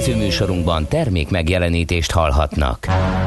Következő műsorunkban termék megjelenítést hallhatnak.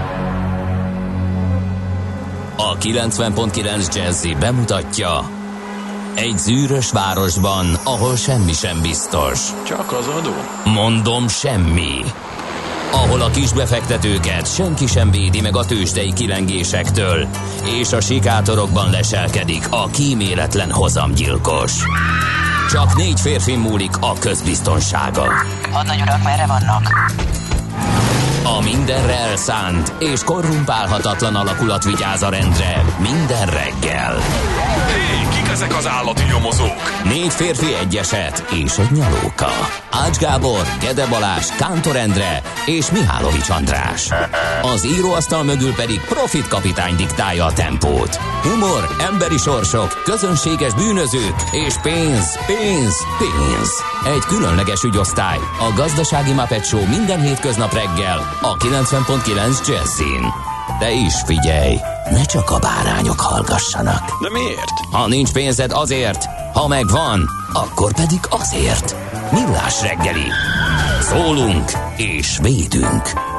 A 90.9 Jazzy bemutatja: egy zűrös városban, ahol semmi sem biztos. Csak az adó? Mondom, semmi. Ahol a kisbefektetőket senki sem védi meg a tőzsdei kilengésektől, és a sikátorokban leselkedik a kíméletlen hozamgyilkos. Csak 4 férfi múlik a közbiztonsága. Hadnagy urak, merre vannak? A mindenre elszánt és korrumpálhatatlan alakulat vigyáz a rendre minden reggel. Hé, kik ezek az állati nyomozók? 4 férfi, egy eset és egy nyalóka. Ács Gábor, Gede Balázs, Kántor Endre és Mihálovics András. Az íróasztal mögül pedig Profit kapitány diktálja a tempót. Humor, emberi sorsok, közönséges bűnözők és pénz, pénz, pénz. Egy különleges ügyosztály, a Gazdasági Muppet Show minden hétköznap reggel a 90.9 Jazzin. De is figyelj, ne csak a bárányok hallgassanak. De miért? Ha nincs pénzed, azért, ha megvan, akkor pedig azért. Millás reggeli. Szólunk és védünk.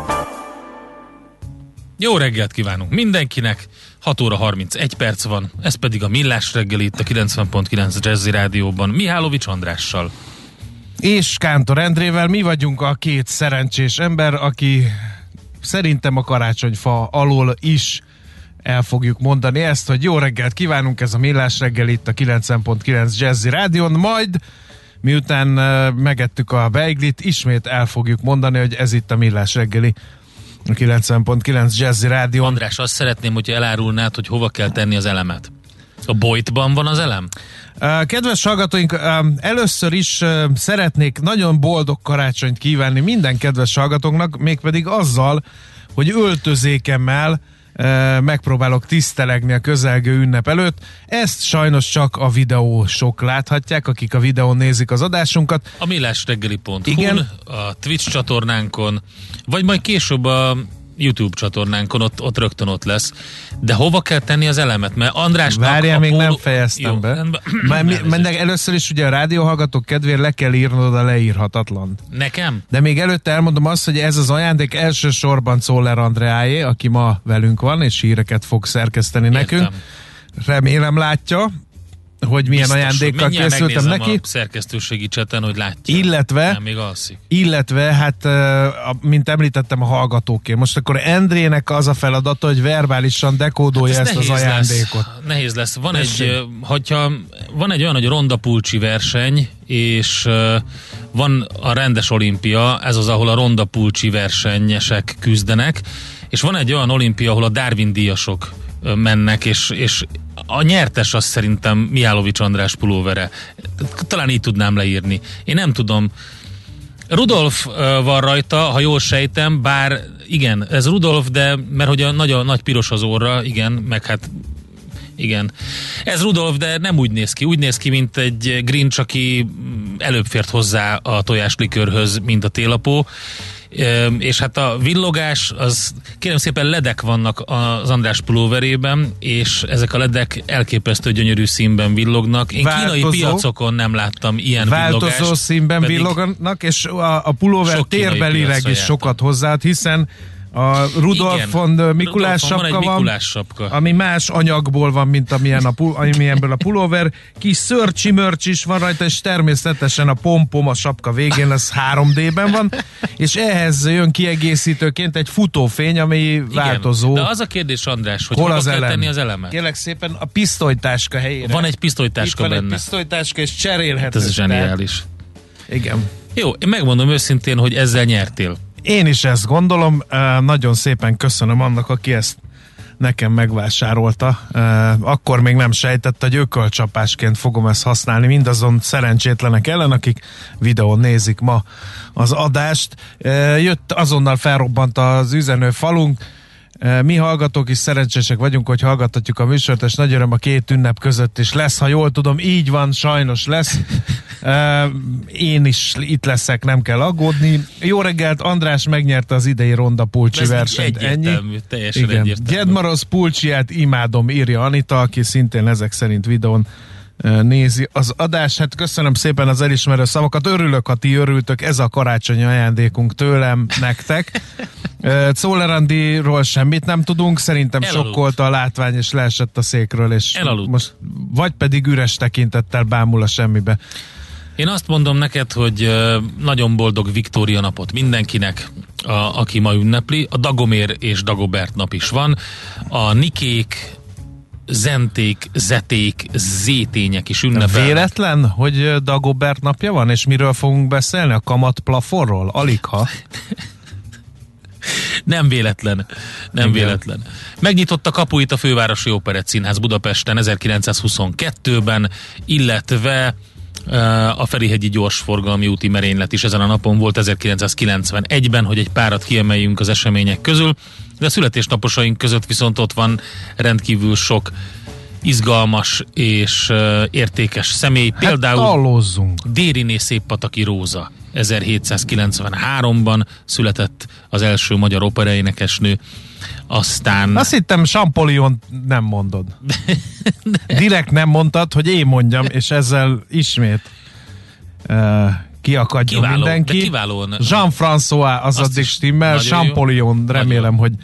Jó reggelt kívánunk mindenkinek, 6 óra 31 perc van, ez pedig a Millás reggeli itt a 90.9 Jazzy Rádióban Mihálovics Andrással. És Kántor Endrével. Mi vagyunk a 2 szerencsés ember, aki szerintem a karácsonyfa alól is el fogjuk mondani ezt, hogy jó reggelt kívánunk, ez a Millás reggeli itt a 90.9 Jazzy Rádión, majd miután megettük a beiglit, ismét el fogjuk mondani, hogy ez itt a Millás reggeli a 90.9 Jazzy Rádión. András, azt szeretném, hogyha elárulnád, hogy hova kell tenni az elemet. A Bojtban van az elem? Kedves hallgatóink, először is szeretnék nagyon boldog karácsonyt kívánni minden kedves hallgatónknak, mégpedig azzal, hogy öltözékemmel megpróbálok tisztelegni a közelgő ünnep előtt. Ezt sajnos csak a videósok láthatják, akik a videón nézik az adásunkat. A millásreggeli.hu-n, a Twitch csatornánkon, vagy majd később a YouTube csatornánkon, ott rögtön ott lesz. De hova kell tenni az elemet? Mert Andrásnak várjál, még nem fejeztem be. Először is ugye a rádióhallgatók kedvéért le kell írnod a leírhatatlan. Nekem? De még előtte elmondom azt, hogy ez az ajándék elsősorban Czoller Andreáé, aki ma velünk van, és híreket fog szerkeszteni nekünk. Remélem látja, hogy milyen biztos, ajándékkal készültem neki. A szerkesztőségi cseten, hogy látja. Illetve, hát, mint említettem, a hallgatóké. Most akkor Endrének az a feladata, hogy verbálisan dekódolja ezt az ajándékot. Nehéz lesz. Van egy olyan, hogy ronda pulcsi verseny, és van a rendes olimpia, ez az, ahol a ronda pulcsi versenyesek küzdenek, és van egy olyan olimpia, ahol a Darwin díjasok mennek, és a nyertes az szerintem Mihálovics András pulóvere. Talán így tudnám leírni. Én nem tudom. Rudolf van rajta, ha jól sejtem, bár igen, ez Rudolf, de mert hogy a nagy piros az orra, igen, meg hát igen. Ez Rudolf, de nem úgy néz ki. Úgy néz ki, mint egy Grinch, aki előbb fért hozzá a tojáslikőrhöz, mint a télapó. És hát a villogás, az kérem szépen ledek vannak az András pulóverében, és ezek a ledek elképesztő gyönyörű színben villognak. Én kínai piacokon nem láttam ilyen villogást. Változó színben villognak, és a pulóver térbelileg is sokat hozzáad, hiszen a Rudolf von Mikulás sapka van, ami más anyagból van, mint amilyenből a pulóver. Kis szörcsi-mörcs is van rajta, és természetesen a pompom a sapka végén lesz 3D-ben van, és ehhez jön kiegészítőként egy futófény, ami változó. De az a kérdés, András, hogy hol kell tenni az elemet? Kérlek szépen a pisztolytáska helyére. Van egy pisztolytáska benne. Itt van egy pisztolytáska, és cserélhető. Ez zseniális. Igen. Jó, én megmondom őszintén, hogy ezzel nyertél. Én is ezt gondolom, nagyon szépen köszönöm annak, aki ezt nekem megvásárolta. Akkor még nem sejtette, hogy ökölcsapásként fogom ezt használni mindazon szerencsétlenek ellen, akik videón nézik ma az adást. Jött, azonnal felrobbant az üzenőfalunk. Mi hallgatók is szerencsések vagyunk, hogy hallgathatjuk a műsort, és nagy öröm a 2 ünnep között is lesz, ha jól tudom, így van, sajnos lesz. Én is itt leszek, nem kell aggódni. Jó reggelt, András megnyerte az idei ronda pulcsi versenyt. Egyértelmű, teljesen egyértelmű. Gyedmaroz pulcsiát imádom, írja Anita, aki szintén ezek szerint videón nézi az adás. Hát köszönöm szépen az elismerő szavakat. Örülök, ha ti örültök. Ez a karácsonyi ajándékunk tőlem nektek. Czoller Andyról semmit nem tudunk. Szerintem sokkolta a látvány, és leesett a székről, és elaludt. Most vagy pedig üres tekintettel bámul a semmibe. Én azt mondom neked, hogy nagyon boldog Viktória napot mindenkinek, aki ma ünnepli. A Dagomér és Dagobert nap is van. A Nikék, Zenték, Zeték, Zétények is ünnepelnek. Véletlen, hogy Dagobert napja van, és miről fogunk beszélni? A kamatplafonról? Aligha. Nem véletlen. Nem véletlen. Megnyitotta kapuit a Fővárosi Operett Színház Budapesten 1922-ben, illetve a Ferihegyi gyorsforgalmi úti merénylet is ezen a napon volt 1991-ben, hogy egy párat kiemeljünk az események közül, de a születésnaposaink között viszont ott van rendkívül sok izgalmas és értékes személy. Például Dériné Széppataki Róza 1793-ban született, az első magyar operaénekesnő. Aztán... Azt hittem, Champollion nem mondod. Direkt nem mondtad, hogy én mondjam, és ezzel ismét kiakadjon mindenki. Kiválóan. Jean-François az addig stimmel, Champollion remélem, hogy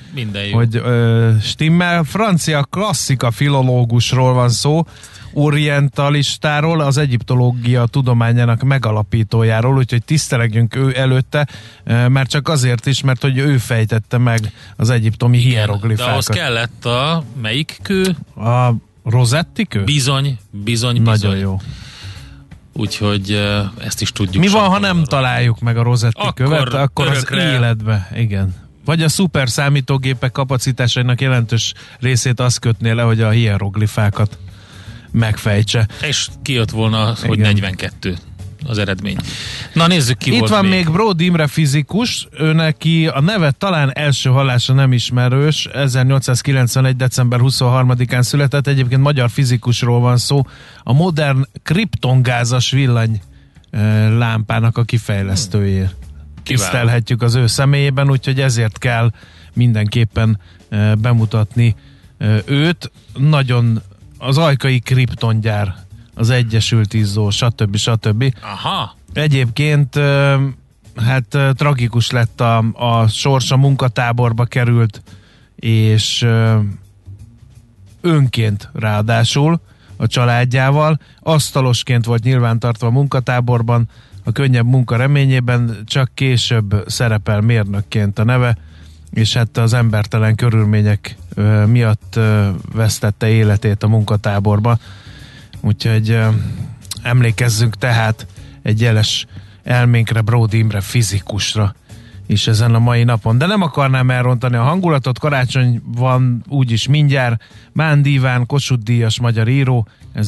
stimmel. Francia klasszika filológusról van szó, orientalistáról, az egyiptológia tudományának megalapítójáról, úgyhogy tisztelegjünk ő előtte, mert csak azért is, mert hogy ő fejtette meg az egyiptomi hieroglifákat. De ahhoz kellett a melyik kő? A Rosetti kő? Bizony. Nagyon jó. Úgyhogy ezt is tudjuk. Mi van, ha nem találjuk meg a Rosetti követ? Akkor örökre... az életbe, igen. Vagy a szuper számítógépek kapacitásainak jelentős részét azt kötné le, hogy a hieroglifákat megfejtse. És kijött volna, hogy 42 az eredmény. Na nézzük ki. Itt van még Bródi Imre fizikus, ő neki a neve talán első hallása nem ismerős, 1891. december 23-án született, egyébként magyar fizikusról van szó, a modern kriptongázas villany lámpának a kifejlesztőjét. Tisztelhetjük az ő személyében, úgyhogy ezért kell mindenképpen bemutatni őt. Nagyon az ajkai kriptongyár, az Egyesült Izzó, stb. Aha. Egyébként hát tragikus lett a sorsa, munkatáborba került, és önként ráadásul a családjával, asztalosként volt nyilvántartva a munkatáborban, a könnyebb munka reményében, csak később szerepel mérnökként a neve, és hát az embertelen körülmények miatt vesztette életét a munkatáborba. Úgyhogy emlékezzünk tehát egy jeles elménkre, Bródi Imre fizikusra is ezen a mai napon. De nem akarnám elrontani a hangulatot, karácsony van úgyis mindjárt. Mándi Iván, Kossuth-díjas magyar író,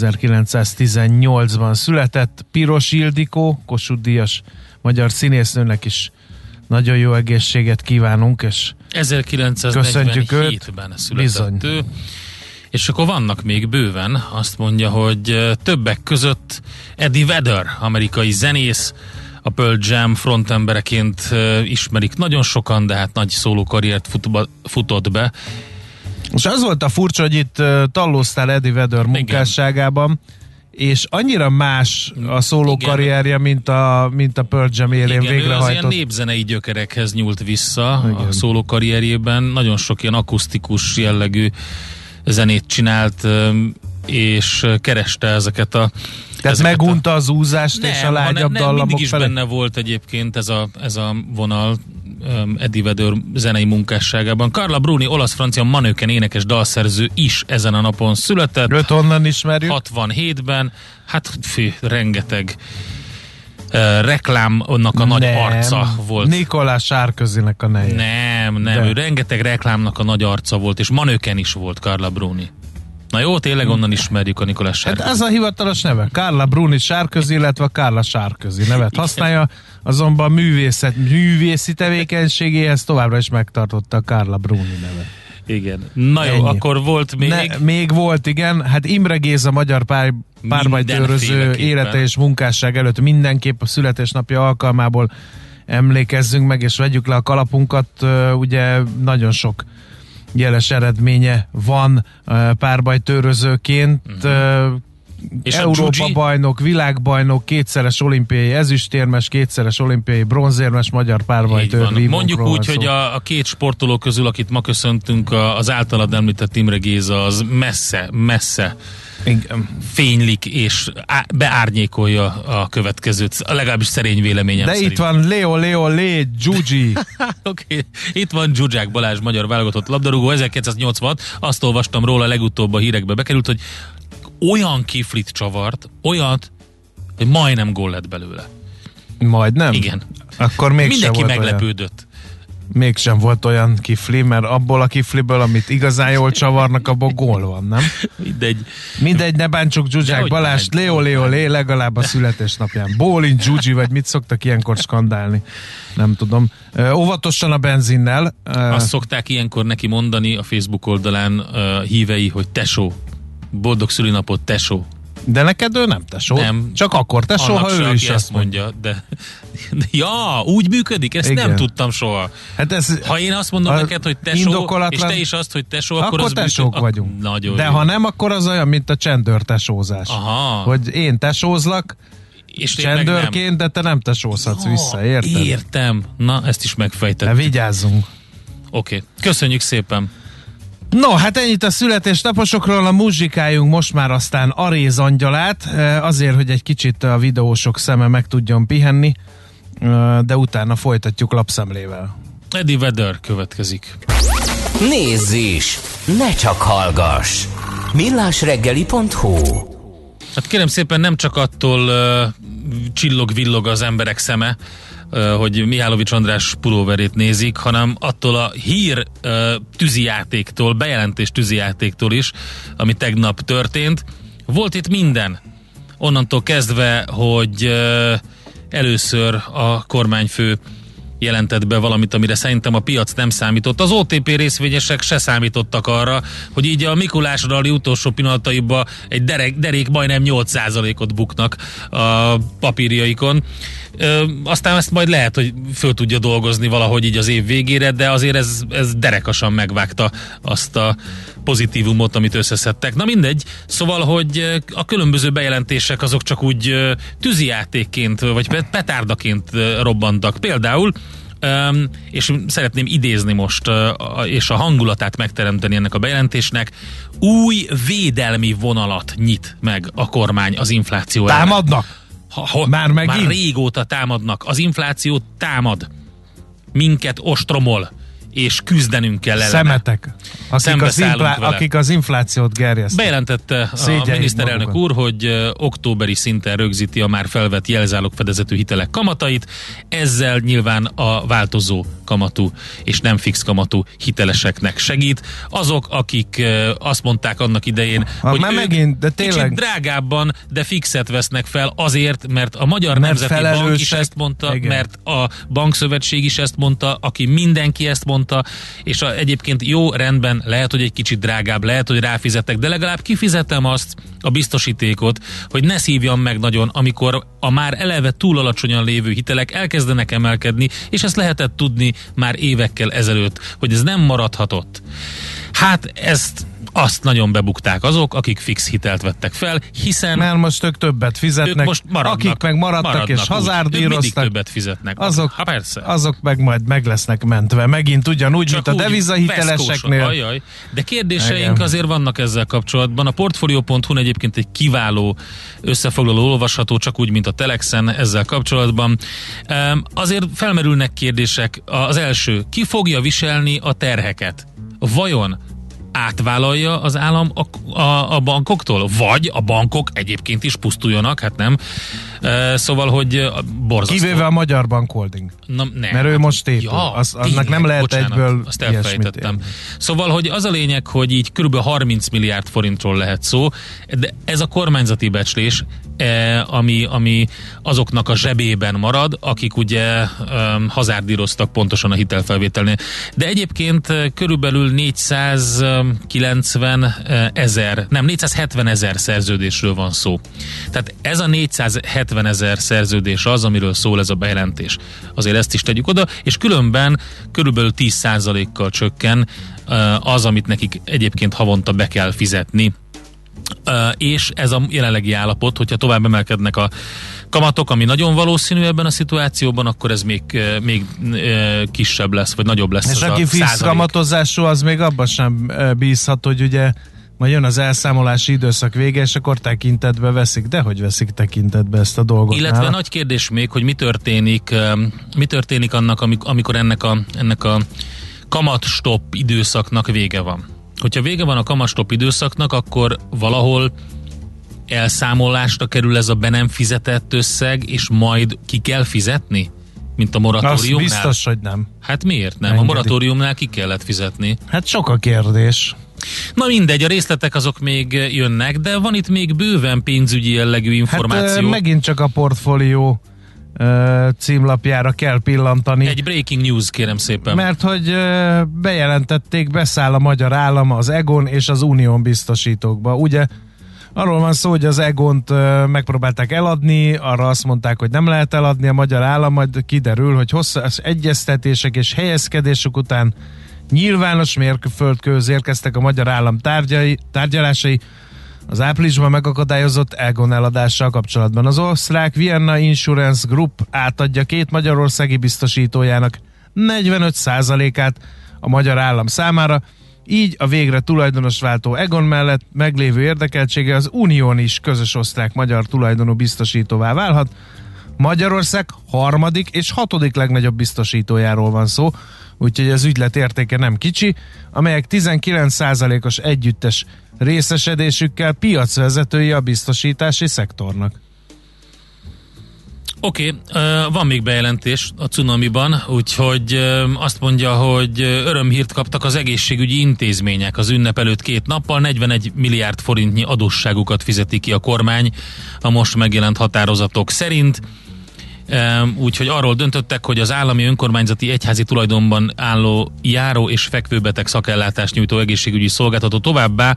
1918-ban született. Piros Ildikó, Kossuth-díjas magyar színésznőnek is nagyon jó egészséget kívánunk, és 1947-ben született ő. És akkor vannak még bőven, azt mondja, hogy többek között Eddie Vedder, amerikai zenész, a Pearl Jam frontembereként ismerik nagyon sokan, de hát nagy szólókarriert futott be. És az volt a furcsa, hogy itt tallóztál Eddie Vedder munkásságában, és annyira más a szólókarrierje, mint a Pearl Jam élén végrehajtott. Ő az ilyen népzenei gyökerekhez nyúlt vissza a szólókarrierjében. Nagyon sok ilyen akusztikus jellegű zenét csinált, és kereste ezeket a... Tehát megunta az úzást és a lágyabb dallamok mindig is felé? benne volt egyébként ez a vonal Eddie Vedder zenei munkásságában. Carla Bruni, olasz-francia manőken énekes dalszerző is ezen a napon született. Őt honnan ismerjük? 67-ben. Hát rengeteg reklámnak a nagy arca volt. Nikolás Sárközinek a neje. Nem, ő rengeteg reklámnak a nagy arca volt, és manőken is volt Carla Bruni. Na jó, tényleg onnan ismerjük a Nikolás Sárközi. Hát ez a hivatalos neve. Carla Bruni Sárközi, illetve Carla Sárközi nevet használja, azonban művészi tevékenységéhez továbbra is megtartotta a Carla Bruni nevet. Igen. Na jó, akkor volt még... Még volt, igen. Hát Imre Géza, magyar párbajtőröző élete és munkásság előtt mindenképp a születésnapja alkalmából emlékezzünk meg, és vegyük le a kalapunkat. Ugye nagyon sok jeles eredménye van párbajtőrözőként. És Európa bajnok, világbajnok, kétszeres olimpiai ezüstérmes, kétszeres olimpiai bronzérmes magyar párbajtőr. Mondjuk úgy, hogy a két sportoló közül, akit ma köszöntünk, az általad említett Imre Géza, az messze fénylik és beárnyékolja a következőt, legalábbis szerény véleményem szerint. Itt van Leo Gyugyi. Okay. Itt van Zsuzsák Balázs, magyar válogatott labdarúgó, 1986, azt olvastam róla, legutóbb a hírekbe bekerült, hogy olyan kiflit csavart, olyat, hogy majdnem gól lett belőle. Majdnem? Igen. Akkor mindenki meglepődött. Mégsem volt olyan kifli, mert abból a kifliből, amit igazán jól csavarnak, abból gól van, nem? Mindegy, ne bántsuk Zsuzsák Balást, Leo, legalább a születésnapján. Bólint Zsuzsi, vagy mit szoktak ilyenkor skandálni? Nem tudom. Óvatosan a benzinnel. Azt szokták ilyenkor neki mondani a Facebook oldalán hívei, hogy tesó. Boldog szülinapot, tesó. De neked ő nem tesó. Nem. Csak akkor tesó, ha ő is azt mondja. De ja, úgy működik? Ezt igen. Nem tudtam soha. Hát ha én azt mondom neked, hogy tesó, és te is azt, hogy tesó, akkor az tesók vagyunk. Nagyon de jó. Ha nem, akkor az olyan, mint a csendőrtesózás. Aha. Hogy én tesózlak, és csendőrként, de te nem tesózhatsz vissza, érted? Értem. Na, ezt is megfejtettük. De vigyázzunk. Oké. Köszönjük szépen. No, hát ennyit a születésnaposokról, a muzsikáljunk most már aztán Aréz angyalát, azért, hogy egy kicsit a videósok szeme meg tudjon pihenni, de utána folytatjuk lapszemlével. Eddie Vedder következik. Nézz is! Ne csak hallgass! millásreggeli.hu. Hát kérem szépen, nem csak attól csillog-villog az emberek szeme, hogy Mihálovics András pulóverét nézik, hanem attól a hír tűzijátéktól, bejelentés tűzijátéktól is, ami tegnap történt. Volt itt minden. Onnantól kezdve, hogy először a kormányfő jelentett be valamit, amire szerintem a piac nem számított. Az OTP részvényesek se számítottak arra, hogy így a Mikulás rally utolsó pillanataiban egy derék majdnem 8%-ot buknak a papírjaikon. Aztán ezt majd lehet, hogy föl tudja dolgozni valahogy így az év végére, de azért ez derekasan megvágta azt a pozitívumot, amit összeszedtek. Na mindegy, szóval, hogy a különböző bejelentések azok csak úgy tűzijátékként, vagy petárdaként robbantak. Például, és szeretném idézni most, és a hangulatát megteremteni ennek a bejelentésnek, új védelmi vonalat nyit meg a kormány az infláció ellen. Támadnak? Már régóta támadnak. Az infláció támad. Minket ostromol. És küzdenünk kell ellene. Szemetek, akik az inflációt gerjesztik. Bejelentette a miniszterelnök úr, hogy októberi szinten rögzíti a már felvett jelzálogfedezetű hitelek kamatait, ezzel nyilván a változó kamatú és nem fix kamatú hiteleseknek segít. Azok, akik azt mondták annak idején, hogy már ők megint, de tényleg kicsit drágábban, de fixet vesznek fel azért, mert a Magyar Nemzeti Bank is ezt mondta, igen. Mert a Bankszövetség is ezt mondta, aki mindenki ezt mondta, és egyébként jó, rendben, lehet, hogy egy kicsit drágább, lehet, hogy ráfizetek, de legalább kifizetem azt a biztosítékot, hogy ne szívjam meg nagyon, amikor a már eleve túl alacsonyan lévő hitelek elkezdenek emelkedni, és ezt lehetett tudni már évekkel ezelőtt, hogy ez nem maradhatott. Hát azt nagyon bebukták azok, akik fix hitelt vettek fel, hiszen... Mert most ők többet fizetnek, ők most akik meg maradtak és hazárdíroztak, mindig többet fizetnek. Azok meg lesznek mentve. Megint ugyanúgy, csak mint a devizahiteleseknél. Ajaj. De kérdéseink azért vannak ezzel kapcsolatban. A Portfolio.hu egyébként egy kiváló összefoglaló olvasható, csak úgy, mint a Telexen ezzel kapcsolatban. Azért felmerülnek kérdések. Az első, ki fogja viselni a terheket? Vajon átvállalja az állam a bankoktól? Vagy a bankok egyébként is pusztuljanak, hát nem. Szóval, hogy borzasztó. Kivéve a Magyar Bank Holding. Mert ő most épül. Annak nem lehet egyből azt elfelejtettem. Szóval, hogy az a lényeg, hogy így kb. 30 milliárd forintról lehet szó, de ez a kormányzati becslés, ami azoknak a zsebében marad, akik ugye hazárdíroztak pontosan a hitelfelvételnél. De egyébként körülbelül 470 ezer szerződésről van szó. Tehát ez a 470 ezer szerződés az, amiről szól ez a bejelentés. Azért ezt is tegyük oda, és különben körülbelül 10%-kal csökken az, amit nekik egyébként havonta be kell fizetni és ez a jelenlegi állapot, hogyha tovább emelkednek a kamatok, ami nagyon valószínű ebben a szituációban, akkor ez még kisebb lesz, vagy nagyobb lesz. És aki fix kamatozású, az még abban sem bízhat, hogy ugye majd jön az elszámolási időszak vége, és akkor tekintetbe veszik. De hogy veszik tekintetbe ezt a dolgot? Illetve nála? Nagy kérdés még, hogy mi történik annak, amikor ennek a kamatstopp időszaknak vége van. Hogyha vége van a kamatstopp időszaknak, akkor valahol elszámolásra kerül ez a be nem fizetett összeg, és majd ki kell fizetni? Mint a moratóriumnál? Az biztos, hogy nem. Hát miért nem? Engedi. A moratóriumnál ki kellett fizetni. Hát sok a kérdés. Na mindegy, a részletek azok még jönnek, de van itt még bőven pénzügyi jellegű információ. Hát megint csak a portfólió címlapjára kell pillantani. Egy breaking news, kérem szépen. Mert hogy bejelentették, beszáll a magyar állam az Egon és az Unión biztosítókba. Ugye arról van szó, hogy az Egont megpróbálták eladni, arra azt mondták, hogy nem lehet eladni a magyar állam, majd kiderül, hogy hosszas egyeztetések és helyezkedések után nyilvános mérföldkőhöz érkeztek a magyar állam tárgyalásai az áprilisban megakadályozott Egon eladással kapcsolatban. Az osztrák Vienna Insurance Group átadja két magyarországi biztosítójának 45%-át a magyar állam számára, így a végre tulajdonosváltó Egon mellett meglévő érdekeltsége az Unión is közös osztrák-magyar tulajdonú biztosítóvá válhat. Magyarország harmadik és hatodik legnagyobb biztosítójáról van szó, úgyhogy az ügylet értéke nem kicsi, amelyek 19%-os együttes részesedésükkel piacvezetői a biztosítási szektornak. Oké, van még bejelentés a Cunamiban, úgyhogy azt mondja, hogy örömhírt kaptak az egészségügyi intézmények az ünnep előtt 2 nappal, 41 milliárd forintnyi adósságukat fizeti ki a kormány a most megjelent határozatok szerint. Úgyhogy arról döntöttek, hogy az állami önkormányzati egyházi tulajdonban álló járó és fekvőbeteg szakellátást nyújtó egészségügyi szolgáltató továbbá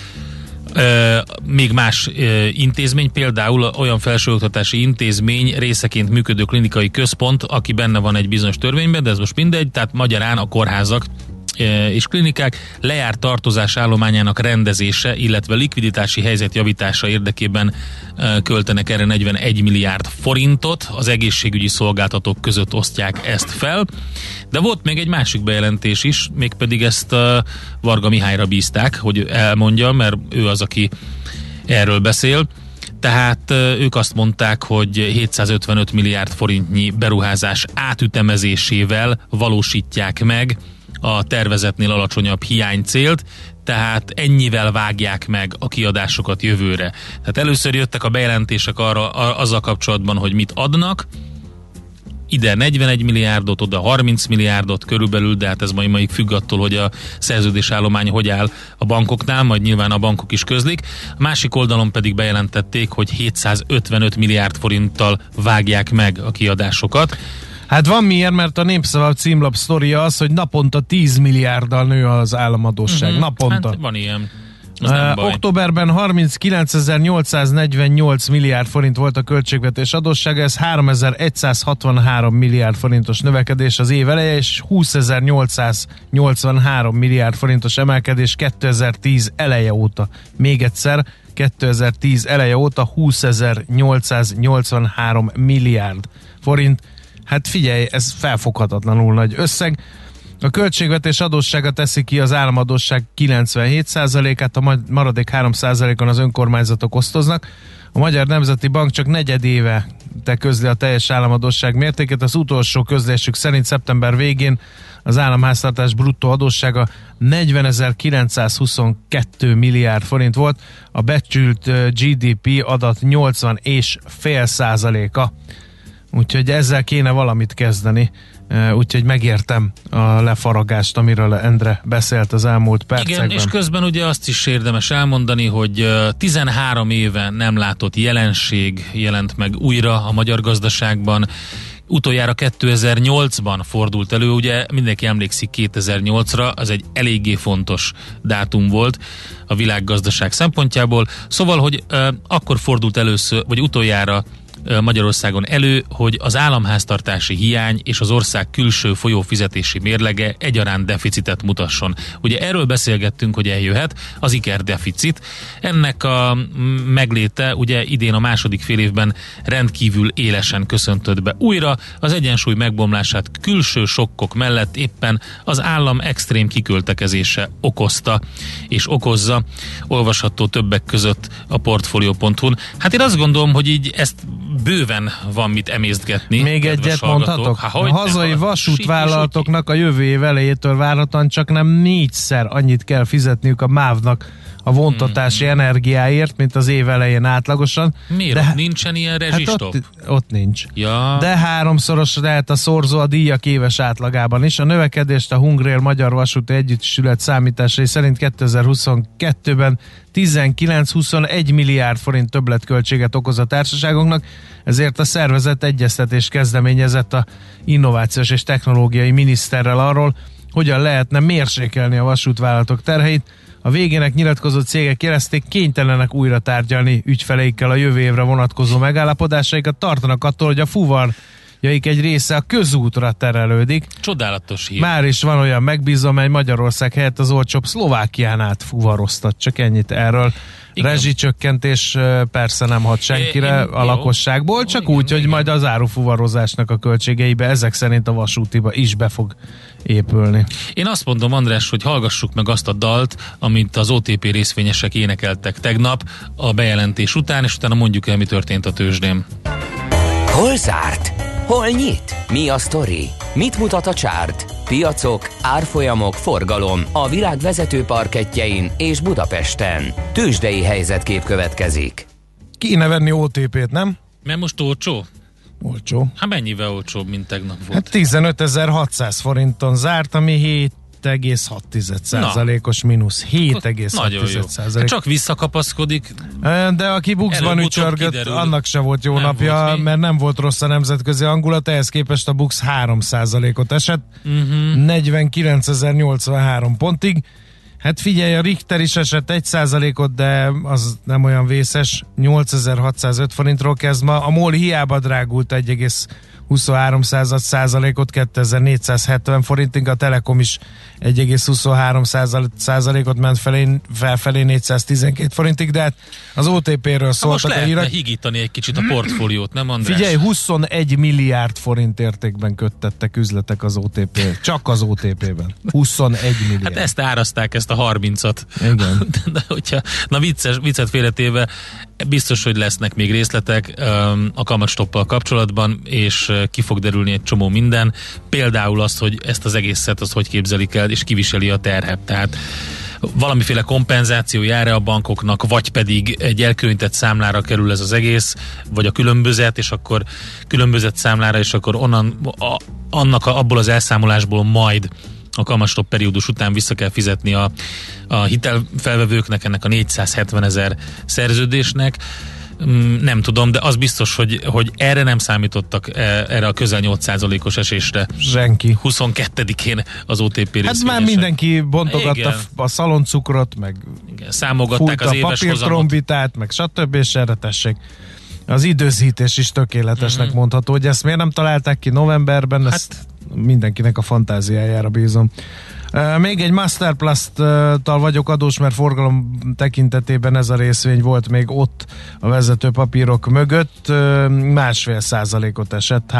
még más intézmény, például olyan felsőoktatási intézmény részeként működő klinikai központ, aki benne van egy bizonyos törvényben, de ez most mindegy, tehát magyarán a kórházak és klinikák lejárt tartozás állományának rendezése, illetve likviditási helyzet javítása érdekében költenek erre 41 milliárd forintot, az egészségügyi szolgáltatók között osztják ezt fel. De volt még egy másik bejelentés is, mégpedig ezt Varga Mihályra bízták, hogy elmondja, mert ő az, aki erről beszél. Tehát ők azt mondták, hogy 755 milliárd forintnyi beruházás átütemezésével valósítják meg a tervezetnél alacsonyabb hiánycélt, tehát ennyivel vágják meg a kiadásokat jövőre. Tehát először jöttek a bejelentések azzal kapcsolatban, hogy mit adnak, ide 41 milliárdot, oda 30 milliárdot körülbelül, de hát ez majd függ attól, hogy a szerződésállomány hogy áll a bankoknál, majd nyilván a bankok is közlik. A másik oldalon pedig bejelentették, hogy 755 milliárd forinttal vágják meg a kiadásokat. Hát van miért, mert a Népszava címlap sztoria az, hogy naponta 10 milliárddal nő az államadósság. Naponta. Hát van ilyen. Októberben 39.848 milliárd forint volt a költségvetés adóssága, ez 3.163 milliárd forintos növekedés az év eleje, és 20.883 milliárd forintos emelkedés 2010 eleje óta. Még egyszer, 2010 eleje óta 20.883 milliárd forint. Hát figyelj, ez felfoghatatlanul nagy összeg. A költségvetés adóssága teszi ki az államadósság 97%-át, a maradék 3%-on az önkormányzatok osztoznak. A Magyar Nemzeti Bank csak negyedéve közli a teljes államadósság mértékét. Az utolsó közlésük szerint szeptember végén az államháztartás bruttó adóssága 40.922 milliárd forint volt, a becsült GDP adat 80,5%-a. Úgyhogy ezzel kéne valamit kezdeni. Úgyhogy megértem a lefaragást, amiről Endre beszélt az elmúlt percekben. Igen, és közben ugye azt is érdemes elmondani, hogy 13 éve nem látott jelenség jelent meg újra a magyar gazdaságban. Utoljára 2008-ban fordult elő, ugye mindenki emlékszik 2008-ra, az egy eléggé fontos dátum volt a világgazdaság szempontjából. Szóval, hogy akkor fordult először, vagy utoljára Magyarországon elő, hogy az államháztartási hiány és az ország külső folyófizetési mérlege egyaránt deficitet mutasson. Ugye erről beszélgettünk, hogy eljöhet az ikerdeficit. Ennek a megléte ugye idén a második fél évben rendkívül élesen köszöntött be újra. Az egyensúly megbomlását külső sokkok mellett éppen az állam extrém kiköltekezése okozta és okozza. Olvasható többek között a Portfolio.hu-n. Hát én azt gondolom, hogy így ezt bőven van mit emésztgetni. Még egyet mondhatok? A hazai vasútvállalatoknak a jövő év elejétől várhatóan csak nem 4-szer annyit kell fizetniük a MÁV-nak a vontatási energiáért, mint az év elején átlagosan. Miért? De Nincsen ilyen rezsistop? Hát ott nincs. Ja. De 3-szoros lehet a szorzó a díjak éves átlagában is. A növekedést a Hungrél Magyar Vasúti Együttesület számításai szerint 2022-ben 19-21 milliárd forint többletköltséget okoz a társaságoknak, ezért a szervezet egyeztetést kezdeményezett a innovációs és technológiai miniszterrel arról, hogyan lehetne mérsékelni a vasútvállalatok terheit. A végének nyilatkozott cégek jelezték, kénytelenek újra tárgyalni ügyfeleikkel a jövő évre vonatkozó megállapodásaikat, tartanak attól, hogy a fuvarjaik egy része a közútra terelődik. Csodálatos hír. Már is van olyan megbízom, mely Magyarország helyett az olcsóbb Szlovákián át fuvaroztat. Csak ennyit erről. Rezsicsökkentés persze nem hat senkire a lakosságból, csak úgy, hogy majd az árufuvarozásnak a költségeibe ezek szerint a vasútiba is be fog épülni. Én azt mondom, András, hogy hallgassuk meg azt a dalt, amit az OTP részvényesek énekeltek tegnap a bejelentés után, és utána mondjuk el, mi történt a tőzsdén. Hol zárt? Hol nyit? Mi a sztori? Mit mutat a csárt? Piacok, árfolyamok, forgalom a világ vezető parkettjein és Budapesten. Tőzsdei helyzetkép következik. Kéne venni OTP-t, nem? Mert most olcsó? Olcsó. Hát mennyivel olcsóbb, mint tegnap volt? Hát 15.600 forinton zárt, ami 7,6%-os mínusz. 7,6%. Csak visszakapaszkodik. De aki Buxban ücsörgött, annak se volt jó napja, volt mert nem volt rossz a nemzetközi hangulat, ehhez képest a Bux 3%-ot esett, 49.083 pontig. Hát figyelj, a Richter is esett 1%-ot, de az nem olyan vészes, 8605 forintról kezd ma. A MOL hiába drágult 1,23%-ot, 2470 forintig, a Telekom is 1,23%-ot ment felfelé 412 forintig, de hát az OTP-ről szóltak. Most lehetne higítani egy kicsit a portfóliót, nem András? Figyelj, 21 milliárd forint értékben köttettek üzletek az OTP, csak az OTP-ben. 21 milliárd. Hát ezt árazták, ezt a 30-at. Igen. De hogyha, viccet félretéve, biztos, hogy lesznek még részletek a kamatstoppal kapcsolatban, és ki fog derülni egy csomó minden. Például azt, hogy ezt az egészet, azt hogy képzelik el, és kiviseli a terhet. Tehát valamiféle kompenzáció jár-e a bankoknak, vagy pedig egy elkülönített számlára kerül ez az egész, vagy a különbözet, és akkor különbözet számlára, és akkor onnan abból az elszámolásból majd a kamatstopp periódus után vissza kell fizetni a hitelfelvevőknek, ennek a 470 000 szerződésnek. Nem tudom, de az biztos, hogy erre nem számítottak, erre a közel 8%-os esésre. Senki. 22-én az OTP részvényesek. Hát már mindenki bontogatta a szaloncukrot, meg számogatták az éves hozamot. Papírtrombitát, meg stb. És erre tessék. Az időzítés is tökéletesnek mondható, hogy ezt miért nem találták ki novemberben, ezt mindenkinek a fantáziájára bízom. Még egy Masterplast-tal vagyok adós, mert forgalom tekintetében ez a részvény volt még ott a vezető papírok mögött, 1,5%-ot esett,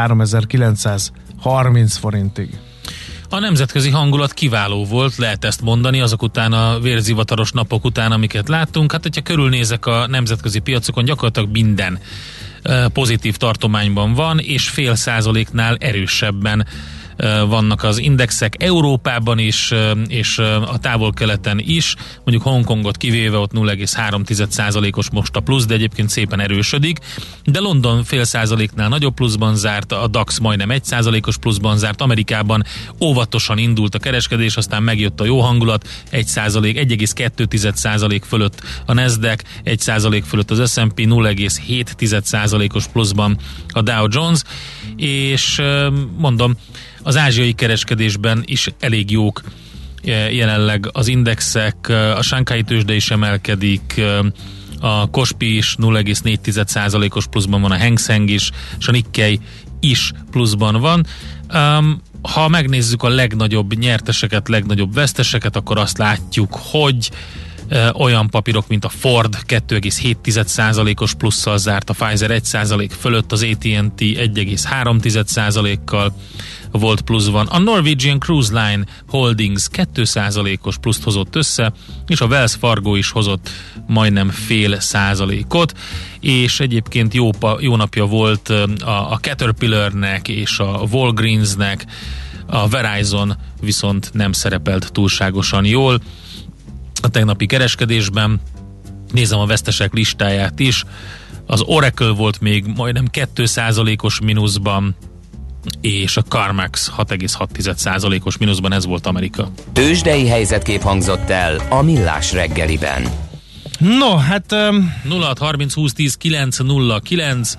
3930 forintig. A nemzetközi hangulat kiváló volt, lehet ezt mondani, azok után a vérzivataros napok után, amiket láttunk. Hát, hogyha körülnézek a nemzetközi piacokon, gyakorlatilag minden pozitív tartományban van, és 0,5%-nál erősebben vannak az indexek Európában is, és a távol-keleten is, mondjuk Hongkongot kivéve, ott 0,3%-os most a plusz, de egyébként szépen erősödik, de London 0,5%-nál nagyobb pluszban zárt, a DAX majdnem 1%-os pluszban zárt, Amerikában óvatosan indult a kereskedés, aztán megjött a jó hangulat, 1,2% fölött a Nasdaq, 1% fölött az S&P, 0,7%-os pluszban a Dow Jones, és mondom, az ázsiai kereskedésben is elég jók jelenleg az indexek, a Shanghai tőzsde is emelkedik, a Kospi is 0,4%-os pluszban van, a Hang Seng is, és a Nikkei is pluszban van. Ha megnézzük a legnagyobb nyerteseket, legnagyobb veszteseket, akkor azt látjuk, hogy olyan papírok, mint a Ford 2,7%-os plusszal zárt, a Pfizer 1% fölött, az AT&T 1,3%-kal volt pluszban, a Norwegian Cruise Line Holdings 2%-os pluszt hozott össze, és a Wells Fargo is hozott majdnem 0,5%-ot, és egyébként jó napja volt a Caterpillarnek és a Walgreensnek, a Verizon viszont nem szerepelt túlságosan jól a tegnapi kereskedésben. Nézem a vesztesek listáját is, az Oracle volt még majdnem 2%-os mínuszban, és a CarMax 6,6%-os mínuszban, ez volt Amerika. Tőzsdei helyzetkép hangzott el a Millás reggeliben. No, hát 0630 20 10 909,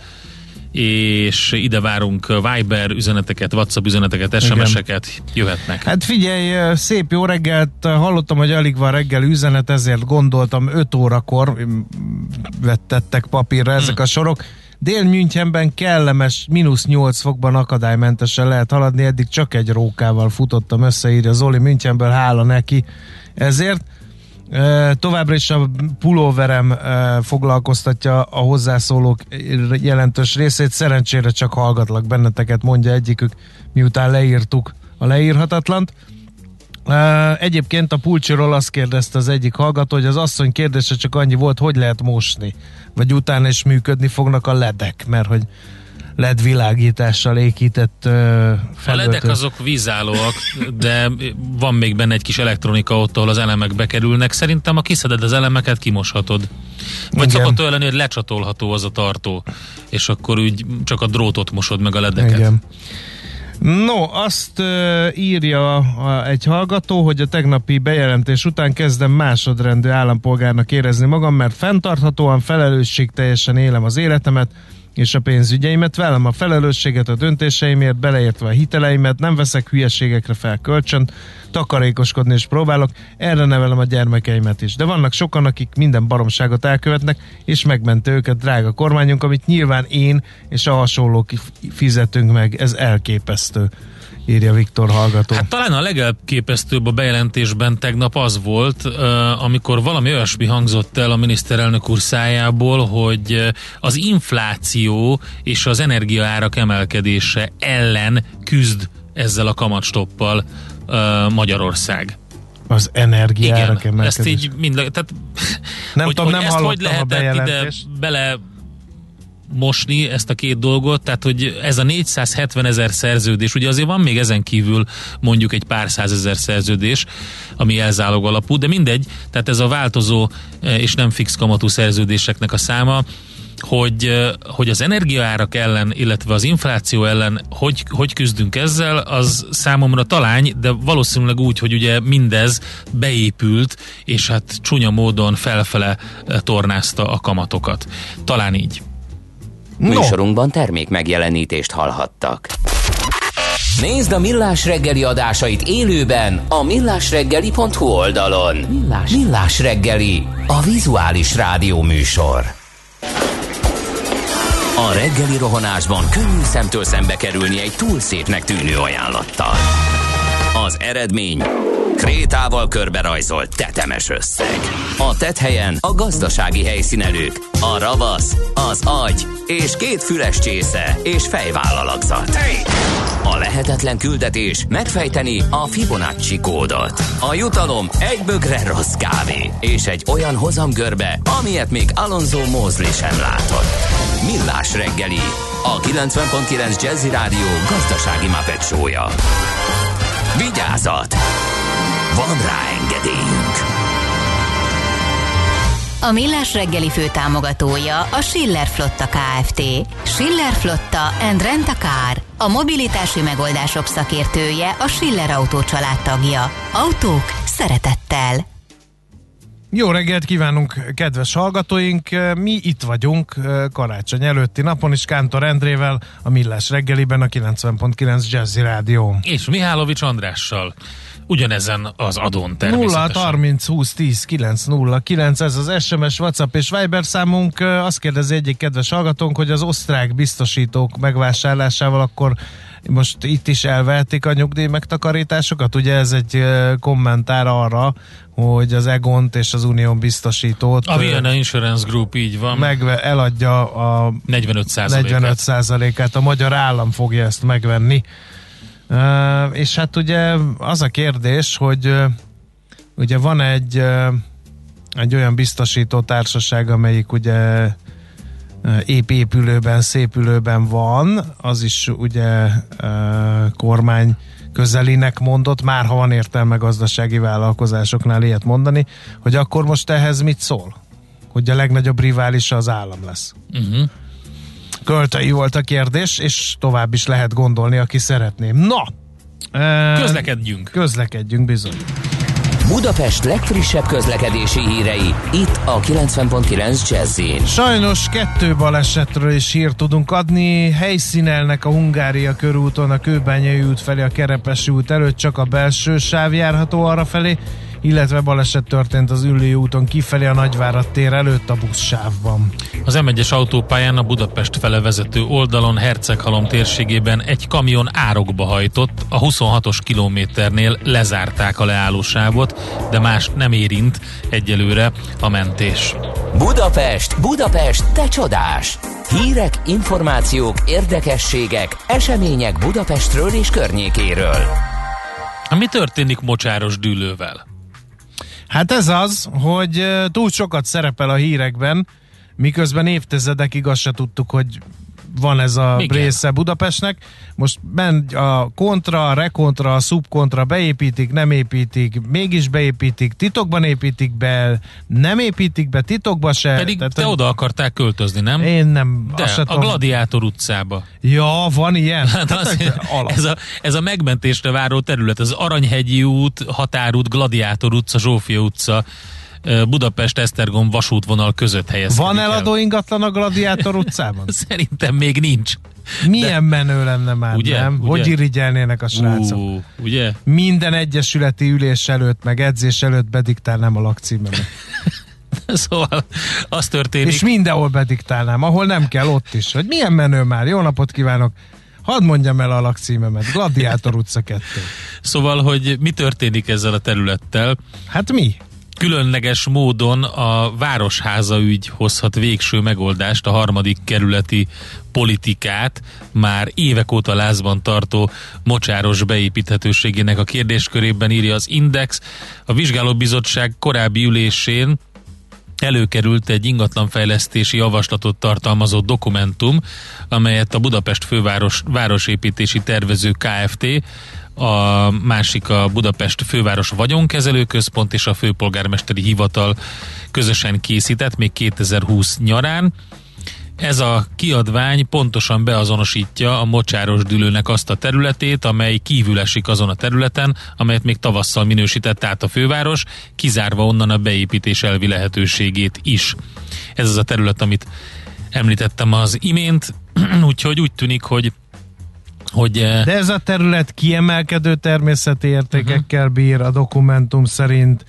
és ide várunk Viber üzeneteket, WhatsApp üzeneteket, SMS-eket, jöhetnek. Hát figyelj, szép jó reggelt, hallottam, hogy alig van reggel üzenet, ezért gondoltam 5 órakor vettettek papírra ezek a sorok. Dél-Münchenben kellemes -8 fokban akadálymentesen lehet haladni, eddig csak egy rókával futottam, összeírja Zoli Münchenből, hála neki ezért. Továbbra is a pulóverem foglalkoztatja a hozzászólók jelentős részét, szerencsére csak hallgatlak benneteket, mondja egyikük, miután leírtuk a leírhatatlant. Egyébként a pulcsiról azt kérdezte az egyik hallgató, hogy az asszony kérdése csak annyi volt, hogy lehet mosni, vagy utána is működni fognak a ledek, mert hogy LED világítással ékített felöltő. A ledek azok vízállóak, de van még benne egy kis elektronika ott, ahol az elemek bekerülnek. Szerintem, ha kiszeded az elemeket, kimoshatod. Vagy szokott olyan lenni, hogy lecsatolható az a tartó, és akkor úgy csak a drótot mosod meg a ledeket. Igen. No, azt írja egy hallgató, hogy a tegnapi bejelentés után kezdem másodrendű állampolgárnak érezni magam, mert fenntarthatóan, felelősségteljesen élem az életemet és a pénzügyeimet, vellem a felelősséget a döntéseimért, beleértve a hiteleimet, nem veszek hülyeségekre fel kölcsönt, takarékoskodni is próbálok, erre nevelem a gyermekeimet is. De vannak sokan, akik minden baromságot elkövetnek, és megmente őket drága kormányunk, amit nyilván én és a hasonlók fizetünk meg. Ez elképesztő, írja Viktor hallgató. Hát talán a legelképesztőbb a bejelentésben tegnap az volt, amikor valami olyasmi hangzott el a miniszterelnök úr szájából, hogy az infláció és az energiaárak emelkedése ellen küzd ezzel a kamatstoppal Magyarország. Az energiárak emelkedése. Ezt így tehát nem tudom, nem hallottam hogy lehetett a bejelentést. Ide bele mosni ezt a két dolgot, tehát hogy ez a 470 000 szerződés, ugye azért van még ezen kívül mondjuk egy pár százezer szerződés, ami elzálog alapú, de tehát ez a változó és nem fix kamatú szerződéseknek a száma, hogy az energiaárak ellen, illetve az infláció ellen hogy küzdünk ezzel, az számomra talány, de valószínűleg úgy, hogy ugye mindez beépült, és hát csúnya módon felfele tornázta a kamatokat. Talán így. Műsorunkban termék megjelenítést hallhattak. Nézd a Millás reggeli adásait élőben a millásreggeli.hu oldalon. Millás reggeli, a vizuális rádió műsor. A reggeli rohanásban könnyű szemtől szembe kerülni egy túl szépnek tűnő ajánlattal. Az eredmény krétával körberajzolt tetemes összeg. A tetthelyen a gazdasági helyszínelők, a ravasz, az agy és 2 füles csésze és fejvállalakzat. A lehetetlen küldetés megfejteni a Fibonacci kódot. A jutalom egy bögre rossz kávé és egy olyan hozamgörbe, amilyet még Alonso Mosley sem látott. Millás reggeli, a 90.9 Jazzy Rádió gazdasági Muppet show-ja. Vigyázat! Van rá engedélyünk! A Millás reggeli főtámogatója a Schiller Flotta Kft. Schiller Flotta and Rent a Car. A mobilitási megoldások szakértője, a Schiller Autó család tagja. Autók szeretettel. Jó reggelt kívánunk, kedves hallgatóink! Mi itt vagyunk karácsony előtti napon is Kántor Endrével, a Millás reggeliben, a 90.9 Jazzy Rádió. És Mihálovics Andrással. Ugyanezen az adón természetesen. 0-30-20-10-9-0-9, ez az SMS, WhatsApp és Viber számunk. Azt kérdezi egyik kedves hallgatónk, hogy az osztrák biztosítók megvásárlásával akkor most itt is elvehetik a nyugdíj megtakarításokat? Ugye ez egy kommentár arra, hogy az Egont és az biztosítót a Vienna Insurance Group, így van. Eladja a 45%-át, a magyar állam fogja ezt megvenni. És hát ugye az a kérdés, hogy ugye van egy olyan biztosító társaság, amelyik ugye épülőben, szépülőben van, az is ugye kormány közelinek mondott, már ha van értelme gazdasági vállalkozásoknál ilyet mondani, hogy akkor most ehhez mit szól? Hogy a legnagyobb riválisa az állam lesz. Költői volt a kérdés, és tovább is lehet gondolni, aki szeretné. Na! Közlekedjünk bizony. Budapest legfrissebb közlekedési hírei, itt a 90.9 Jazz-in. Sajnos 2 balesetről is hírt tudunk adni. Helyszínelnek a Hungária körúton, a Kőbányai út felé, a Kerepesi út előtt, csak a belső sáv járható arrafelé, illetve baleset történt az Üllői úton kifelé a Nagyvárad tér előtt a buszsávban. Az M1-es autópályán a Budapest fele vezető oldalon Herceghalom térségében egy kamion árokba hajtott, a 26-os kilométernél lezárták a leállósávot, de más nem érint egyelőre a mentés. Budapest, te csodás! Hírek, információk, érdekességek, események Budapestről és környékéről. Mi történik Mocsáros Dűlővel? Hát ez az, hogy túl sokat szerepel a hírekben, miközben évtizedekig azt se tudtuk, hogy van ez a része Budapestnek. Most ment a kontra, a rekontra, a szubkontra, beépítik, nem építik, mégis beépítik, titokban építik be, nem építik be, titokban se. Pedig tehát, te oda akarták költözni, nem? Én nem. De a Gladiátor utcába. Ja, van ilyen? Hát ez a megmentésre váró terület, az Aranyhegyi út, Határút, Gladiátor utca, Zsófia utca, Budapest-Esztergom vasútvonal között helyezkedik. Van eladó ingatlan a Gladiátor utcában? Szerintem még nincs. Milyen menő lenne már, ugye, nem? ugye? Hogy irigyelnének a srácok? Ugye? Minden egyesületi ülés előtt, meg edzés előtt bediktálnám a lakcímemet. Szóval az történik. És mindenhol bediktálnám, ahol nem kell, ott is. Hogy milyen menő már, jó napot kívánok! Hadd mondjam el a lakcímemet, Gladiátor utca 2. Szóval, hogy mi történik ezzel a területtel? Hát mi? Különleges módon a Városháza ügy hozhat végső megoldást a 3. kerületi politikát már évek óta lázban tartó Mocsáros beépíthetőségének a kérdéskörében, írja az Index. A vizsgálóbizottság korábbi ülésén előkerült egy ingatlanfejlesztési javaslatot tartalmazó dokumentum, amelyet a Budapest főváros városépítési tervező Kft., a másik a Budapest főváros vagyonkezelő központ és a főpolgármesteri hivatal közösen készített még 2020 nyarán. Ez a kiadvány pontosan beazonosítja a Mocsáros Dűlőnek azt a területét, amely kívül esik azon a területen, amelyet még tavasszal minősített át a főváros, kizárva onnan a beépítés elvi lehetőségét is. Ez az a terület, amit említettem az imént, úgyhogy úgy tűnik, hogy de ez a terület kiemelkedő természeti értékekkel bír a dokumentum szerint,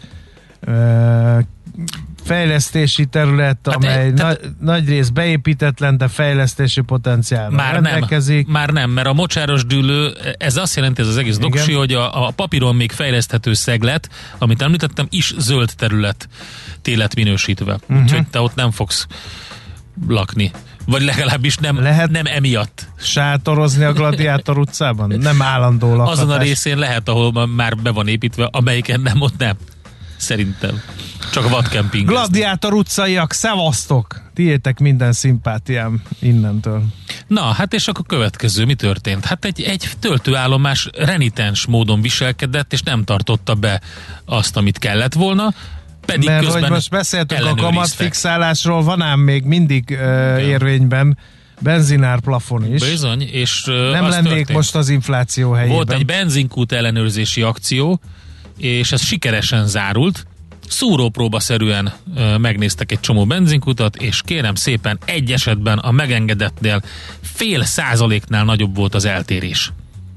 fejlesztési terület, amely nagy rész beépítetlen, de fejlesztési potenciálra rendelkezik. Már nem, mert a Mocsáros Dűlő, ez azt jelenti, ez az egész doksi, hogy a papíron még fejleszthető szeglet, amit említettem, is zöld terület télet minősítve. Úgyhogy te ott nem fogsz lakni. Vagy legalábbis nem emiatt. Sátorozni a Gladiátor utcában? Nem állandó lakhatás. Azon a részén lehet, ahol már be van építve, amelyiken nem, ott nem. Szerintem. Csak a vadkemping. Gladiátor utcaiak, szevasztok! Tiétek minden szimpátiám innentől. Na, hát és akkor következő, mi történt? Hát egy töltőállomás renitens módon viselkedett, és nem tartotta be azt, amit kellett volna. Pedig mert hogy most beszéltünk a kamatfixálásról, van ám még mindig érvényben benzinár plafon is. Bizony, és nem lennék történt. Most az infláció helyében. Volt egy benzinkút ellenőrzési akció, és ez sikeresen zárult. szúrópróbaszerűen megnéztek egy csomó benzinkutat, és kérem szépen egy esetben a megengedettnél 0,5%-nál nagyobb volt az eltérés.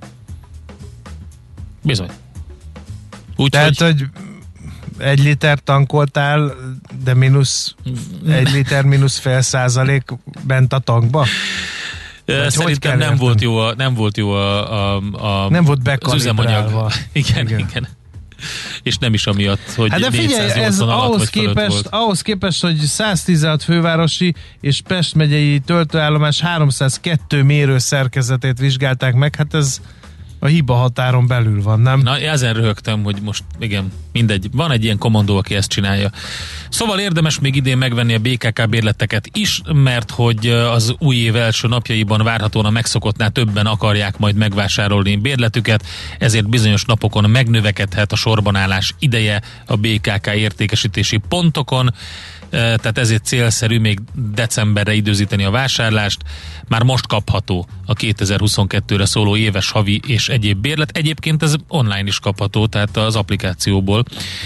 Bizony. Tehát, hogy 1 liter tankoltál, de -1 liter -0,5% bent a tankba? Szerintem nem volt jó nem volt az üzemanyag. Igen. És nem is amiatt, hogy hát de figyelj, 480 ez alatt vagy fölött volt. Ahhoz képest, hogy 116 fővárosi és Pest megyei töltőállomás 302 mérőszerkezetét vizsgálták meg, hát ez a hiba határon belül van, nem? Na, ezen röhögtem, hogy most igen, mindegy. Van egy ilyen kommandó, aki ezt csinálja. Szóval érdemes még idén megvenni a BKK bérleteket is, mert hogy az új év első napjaiban várhatóan a megszokottnál többen akarják majd megvásárolni bérletüket, ezért bizonyos napokon megnövekedhet a sorbanállás ideje a BKK értékesítési pontokon. Tehát ezért célszerű még decemberre időzíteni a vásárlást. Már most kapható a 2022-re szóló éves, havi és egyéb bérlet. Egyébként ez online is kapható, tehát az applikációból.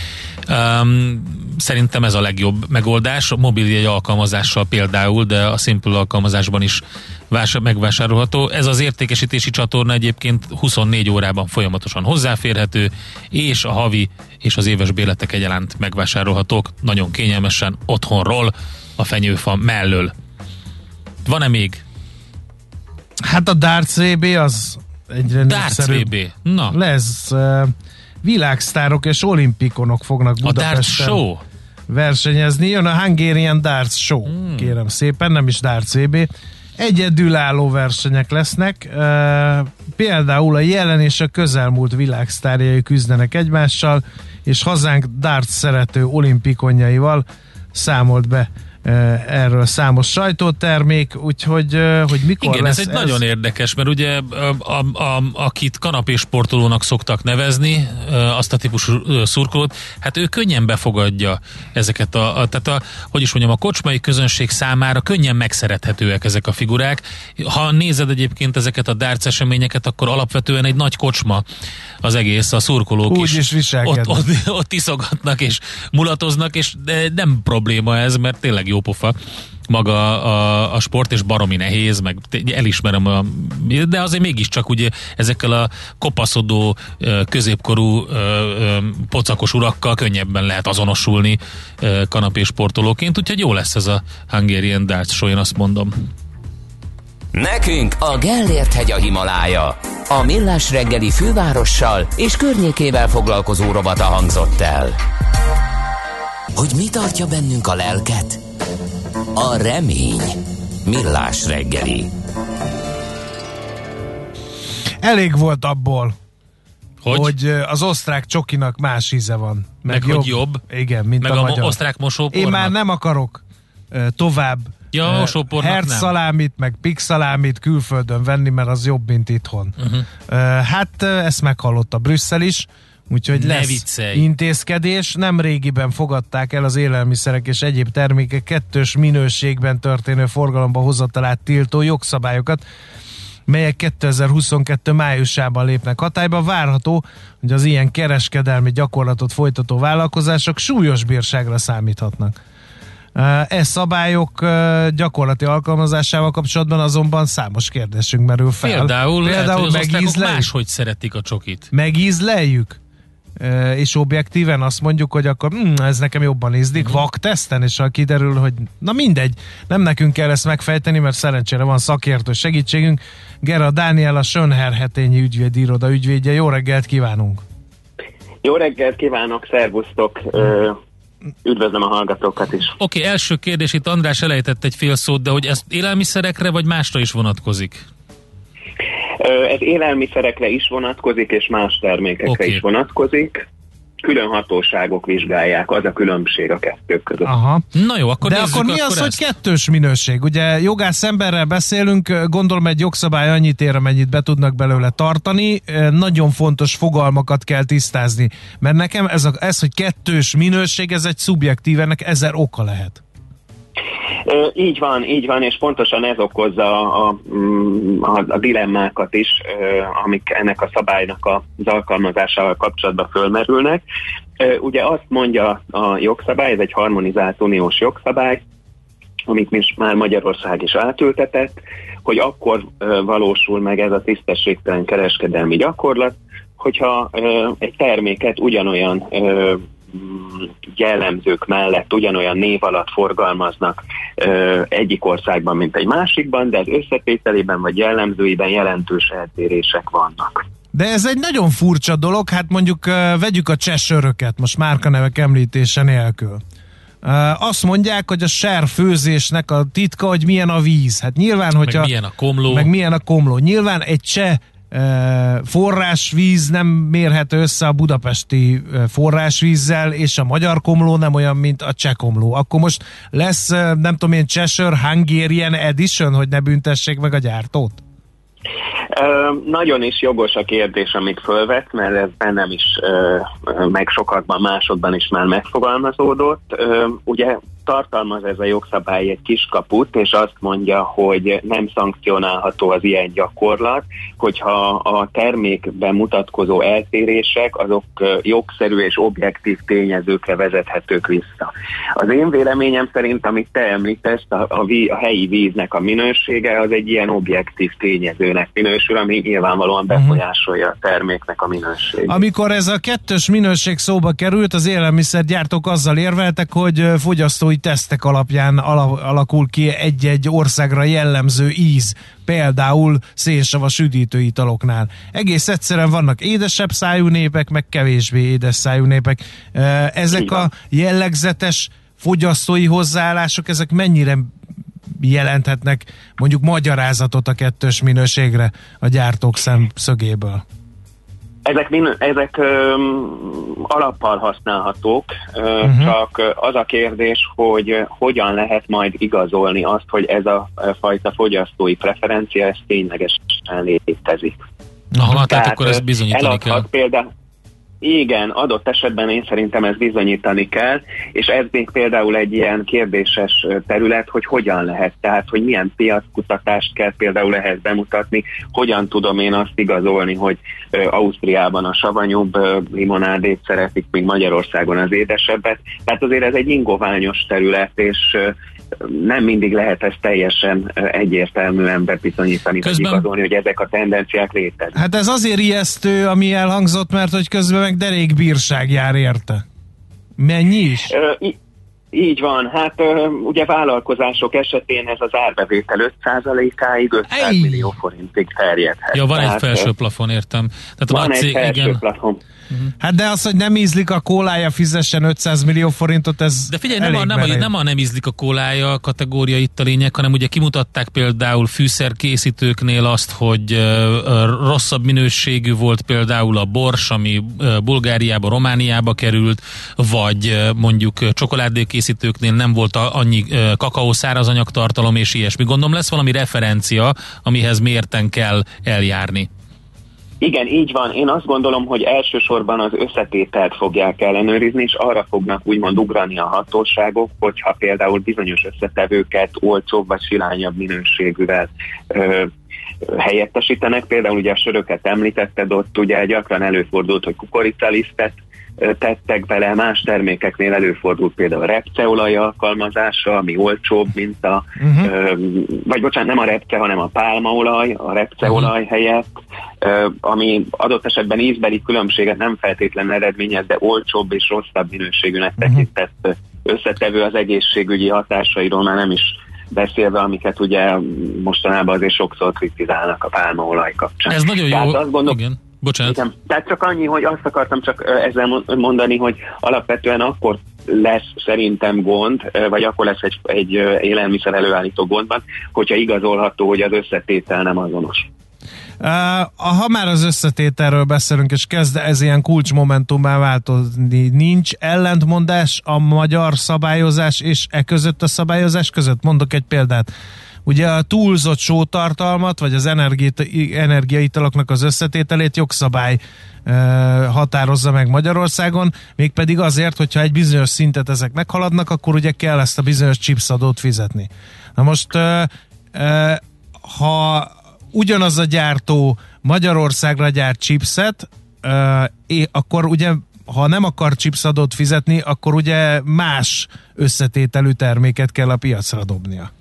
Szerintem ez a legjobb megoldás, a mobiljegy alkalmazással például, de a Simple alkalmazásban is megvásárolható. Ez az értékesítési csatorna egyébként 24 órában folyamatosan hozzáférhető, és a havi és az éves bérletek egyaránt megvásárolhatók nagyon kényelmesen otthonról, a fenyőfa mellől. Van-e még? Hát a Darts VB az egyre népszerűbb. VB. Na. Lesz világsztárok és olimpikonok fognak Budapesten versenyezni. Jön a Hungarian Darts Show, kérem szépen, nem is Darts VB. Egyedülálló versenyek lesznek, például a jelen és a közelmúlt világsztárjai küzdenek egymással, és hazánk darts szerető olimpikonjaival számolt be erről számos sajtótermék, úgyhogy hogy mikor igen, lesz ez egy nagyon érdekes, mert ugye akit kanapésportolónak szoktak nevezni, azt a típusú szurkolót, hát ő könnyen befogadja ezeket hogy is mondjam, a kocsmai közönség számára könnyen megszerethetőek ezek a figurák. Ha nézed egyébként ezeket a darts eseményeket, akkor alapvetően egy nagy kocsma az egész, a szurkolók úgy is viselkednek. Ott iszogatnak és mulatoznak, és nem probléma ez, mert tényleg jó pofa maga a sport, és baromi nehéz, meg elismerem, de azért mégiscsak ugye ezekkel a kopaszodó, középkorú pocakos urakkal könnyebben lehet azonosulni kanapésportolóként, úgyhogy jó lesz ez a Hungarian Darts Show, én azt mondom. Nekünk a Gellért-hegy a Himalája. A Millás reggeli fővárossal és környékével foglalkozó rovata hangzott el. Hogy mi tartja bennünk a lelket? A remény. Millás reggeli. Elég volt abból, hogy az osztrák csokinak más íze van. Meg hogy jobb. Igen, mint meg a magyar. Osztrák mosópornak. Én már nem akarok tovább hertszalámit, meg pigszalámit külföldön venni, mert az jobb, mint itthon. Hát ezt meghallotta Brüsszel is, úgyhogy lesz intézkedés. Nem régiben fogadták el az élelmiszerek és egyéb termékek kettős minőségben történő forgalomba hozatalát tiltó jogszabályokat, melyek 2022. májusában lépnek hatályba. Várható, hogy az ilyen kereskedelmi gyakorlatot folytató vállalkozások súlyos bírságra számíthatnak. Szabályok gyakorlati alkalmazásával kapcsolatban azonban számos kérdésünk merül fel. Például lehet, hogy az osztrákok máshogy szeretik a csokit. Megízleljük? És objektíven azt mondjuk, hogy akkor ez nekem jobban ízlik, vakteszten, és ha kiderül, hogy na mindegy, nem nekünk kell ezt megfejteni, mert szerencsére van szakértő segítségünk. Gera Dániel, a Schönherr-Hetényi ügyvédi iroda ügyvédje. Jó reggelt kívánunk! Jó reggelt kívánok, szervusztok! Üdvözlöm a hallgatókat is. Oké, első kérdés, itt András elejtett egy fél szót, de hogy ez élelmiszerekre vagy másra is vonatkozik? Ez élelmiszerekre is vonatkozik, és más termékekre is vonatkozik. Külön hatóságok vizsgálják, az a különbség a kettők között. Aha. Na jó, akkor de akkor mi az, hogy kettős minőség? Ugye jogász emberrel beszélünk, gondolom egy jogszabály annyit ér, amennyit be tudnak belőle tartani. Nagyon fontos fogalmakat kell tisztázni, mert nekem ez hogy kettős minőség, ez egy szubjektív, ennek 1000 oka lehet. Így van, és pontosan ez okozza a dilemmákat is, amik ennek a szabálynak az alkalmazásával kapcsolatban fölmerülnek. Ugye azt mondja a jogszabály, ez egy harmonizált uniós jogszabály, amit már Magyarország is átültetett, hogy akkor valósul meg ez a tisztességtelen kereskedelmi gyakorlat, hogyha egy terméket ugyanolyan jellemzők mellett, ugyanolyan név alatt forgalmaznak egyik országban, mint egy másikban, de az összetételében vagy jellemzőiben jelentős eltérések vannak. De ez egy nagyon furcsa dolog, hát mondjuk vegyük a cseh söröket, most márkanevek említése nélkül. Azt mondják, hogy a serfőzésnek a titka, hogy milyen a víz. Hát nyilván, hogyha... Meg milyen a komló. Nyilván egy cseh forrásvíz nem mérhető össze a budapesti forrásvízzel, és a magyar komló nem olyan, mint a cseh komló. Akkor most lesz, nem tudom én, Cheshire Hungarian Edition, hogy ne büntessék meg a gyártót? Nagyon is jogos a kérdés, amit fölvett, mert ez bennem is, meg sokakban másodban is már megfogalmazódott. Ugye tartalmaz ez a jogszabály egy kiskaput, és azt mondja, hogy nem szankcionálható az ilyen gyakorlat, hogyha a termékben mutatkozó eltérések azok jogszerű és objektív tényezőkre vezethetők vissza. Az én véleményem szerint, amit te említesz, a helyi víznek a minősége az egy ilyen objektív tényezőnek minősül, ami nyilvánvalóan befolyásolja a terméknek a minőségét. Amikor ez a kettős minőség szóba került, az élelmiszergyártók azzal érveltek, hogy fogyasztói tesztek alapján alakul ki egy-egy országra jellemző íz, például szénsavas üdítőitaloknál. Egész egyszerűen vannak édesebb szájú népek, meg kevésbé édes szájú népek. Ezek a jellegzetes fogyasztói hozzáállások, ezek mennyire jelenthetnek mondjuk magyarázatot a kettős minőségre a gyártók szemszögéből? Ezek alappal használhatók, csak az a kérdés, hogy hogyan lehet majd igazolni azt, hogy ez a fajta fogyasztói preferencia, ez ténylegesen létezik. Tehát akkor ezt bizonyítani kell. Igen, adott esetben én szerintem ezt bizonyítani kell, és ez még például egy ilyen kérdéses terület, hogy hogyan lehet, tehát hogy milyen piackutatást kell például ehhez bemutatni, hogyan tudom én azt igazolni, hogy Ausztriában a savanyúbb limonádét szeretik, míg Magyarországon az édesebbet. Tehát azért ez egy ingoványos terület, és nem mindig lehet ezt teljesen egyértelműen bebizonyítani, vagy igazolni, hogy ezek a tendenciák léteznek. Hát ez azért ijesztő, ami elhangzott, mert hogy közben meg derék bírság jár érte. Mennyi is? Így van, hát ugye vállalkozások esetén ez az árbevétel 5%-áig 500 millió forintig terjedhet. Ja, van egy felső plafon, értem. Tehát van egy felső plafon. Hát de az, hogy nem ízlik a kólája, fizessen 500 millió forintot, ez de figyelj, nem a nem ízlik a kólája kategória itt a lényeg, hanem ugye kimutatták például fűszerkészítőknél azt, hogy rosszabb minőségű volt például a bors, ami Bulgáriába, Romániába került, vagy mondjuk csokoládékészítőknél nem volt annyi kakaó szárazanyag tartalom és ilyesmi. Gondolom lesz valami referencia, amihez mérten kell eljárni. Igen, így van. Én azt gondolom, hogy elsősorban az összetételt fogják ellenőrizni, és arra fognak úgymond ugrani a hatóságok, hogyha például bizonyos összetevőket olcsóbb vagy silányabb minőségűvel helyettesítenek. Például ugye a söröket említetted, ott ugye gyakran előfordult, hogy kukoricalisztet tettek bele, más termékeknél előfordult például a repceolaj alkalmazása, ami olcsóbb, mint vagy bocsánat, nem a repce, hanem a pálmaolaj, a repceolaj helyett, ami adott esetben ízbeli különbséget nem feltétlenül eredményez, de olcsóbb és rosszabb minőségűnek tekintett összetevő, az egészségügyi hatásairól már nem is beszélve, amiket ugye mostanában azért sokszor kritizálnak a pálmaolaj kapcsán. Ez nagyon jó, azt gondolom, igen. Bocsánat. Igen. Tehát csak annyi, hogy azt akartam csak ezzel mondani, hogy alapvetően akkor lesz szerintem gond, vagy akkor lesz egy élelmiszer előállító gondban, hogyha igazolható, hogy az összetétel nem azonos. Ha már az összetételről beszélünk, és kezd ez ilyen kulcsmomentummá változni, nincs ellentmondás a magyar szabályozás és között a szabályozás között? Mondok egy példát. ugye a túlzott sótartalmat, vagy az energiaitaloknak az összetételét jogszabály határozza meg Magyarországon, mégpedig azért, hogyha egy bizonyos szintet ezek meghaladnak, akkor ugye kell ezt a bizonyos chipsadót fizetni. Na most, ha ugyanaz a gyártó Magyarországra gyárt chipset, akkor ugye, ha nem akar chipsadót fizetni, akkor ugye más összetételű terméket kell a piacra dobnia.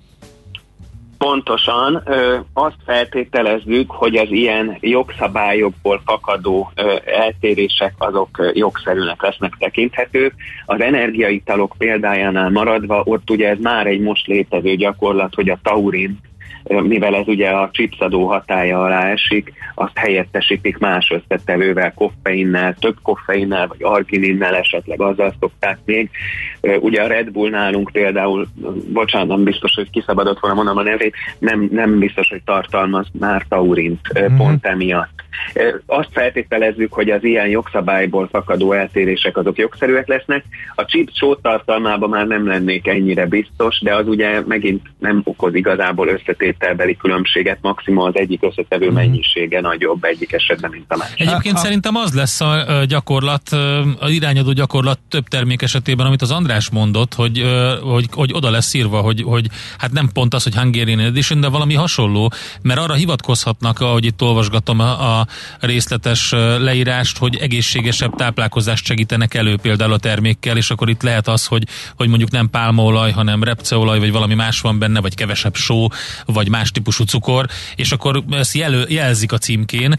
Pontosan, azt feltételezzük, hogy az ilyen jogszabályokból fakadó eltérések azok jogszerűnek lesznek tekinthetők. Az energiaitalok példájánál maradva, ott ugye ez már egy most létező gyakorlat, hogy a taurin, mivel ez ugye a chipsadó hatálya alá esik, azt helyettesítik más összetevővel, koffeinnel, több koffeinnel, vagy argininnel, esetleg azzal szokták még. Ugye a Red Bull nálunk például, bocsánat, nem biztos, hogy kiszabadott volna mondanom a nevét, nem biztos, hogy tartalmaz már taurint, pont emiatt. Azt feltételezzük, hogy az ilyen jogszabályból fakadó eltérések azok jogszerűek lesznek. A chip sótartalmában már nem lennék ennyire biztos, de az ugye megint nem okoz igazából összetételbeli különbséget, maximum az egyik összetevő mennyisége nagyobb egyik esetben, mint a másik. Egyébként szerintem az lesz a gyakorlat, az irányadó gyakorlat több termék esetében, amit az András mondott, hogy oda lesz írva, hogy hát nem pont az, hogy Hungarian Edition, de valami hasonló, mert arra hivatkozhatnak, ahogy itt olvasgatom a részletes leírást, hogy egészségesebb táplálkozást segítenek elő például a termékkel, és akkor itt lehet az, hogy mondjuk nem pálmaolaj, hanem repceolaj, vagy valami más van benne, vagy kevesebb só, vagy más típusú cukor, és akkor ezt jelzik a címkén,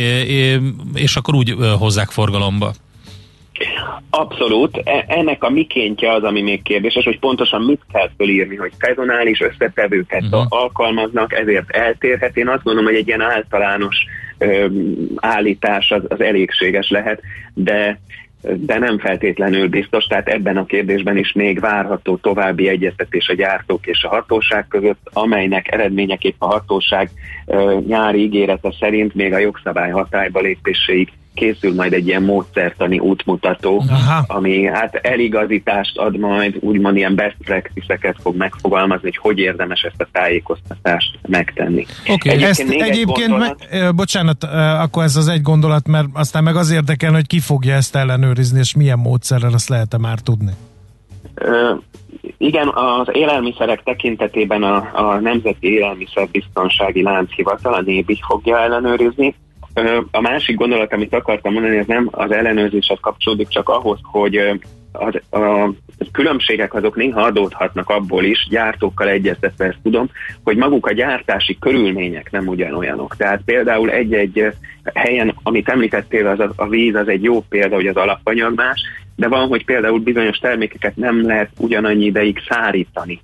és akkor úgy hozzák forgalomba. Abszolút. Ennek a mikéntje az, ami még kérdéses, hogy pontosan mit kell fölírni, hogy szezonális összetevőket alkalmaznak, ezért eltérhet. Én azt gondolom, hogy egy ilyen általános állítás az elégséges lehet, de nem feltétlenül biztos, tehát ebben a kérdésben is még várható további egyeztetés a gyártók és a hatóság között, amelynek eredményeképp a hatóság nyári ígérete szerint még a jogszabály hatályba lépéséig készül majd egy ilyen módszertani útmutató, ami hát eligazítást ad majd, úgymond ilyen best practice-eket fog megfogalmazni, hogy érdemes ezt a tájékoztatást megtenni. Okay. Egyébként bocsánat, akkor ez az egy gondolat, mert aztán meg az érdekel, hogy ki fogja ezt ellenőrizni, és milyen módszerrel, azt lehet-e már tudni? Igen, az élelmiszerek tekintetében a Nemzeti Élelmiszerbiztonsági Lánchivatal, a NÉBI fogja ellenőrizni. A másik gondolat, amit akartam mondani, ez nem az ellenőrzéshez kapcsolódik, csak ahhoz, hogy a különbségek azok néha adódhatnak abból is, gyártókkal egyeztetve ezt tudom, hogy maguk a gyártási körülmények nem ugyanolyanok. Tehát például egy-egy helyen, amit említettél, a víz az egy jó példa, hogy az alapanyag más, de van, hogy például bizonyos termékeket nem lehet ugyanannyi ideig szárítani,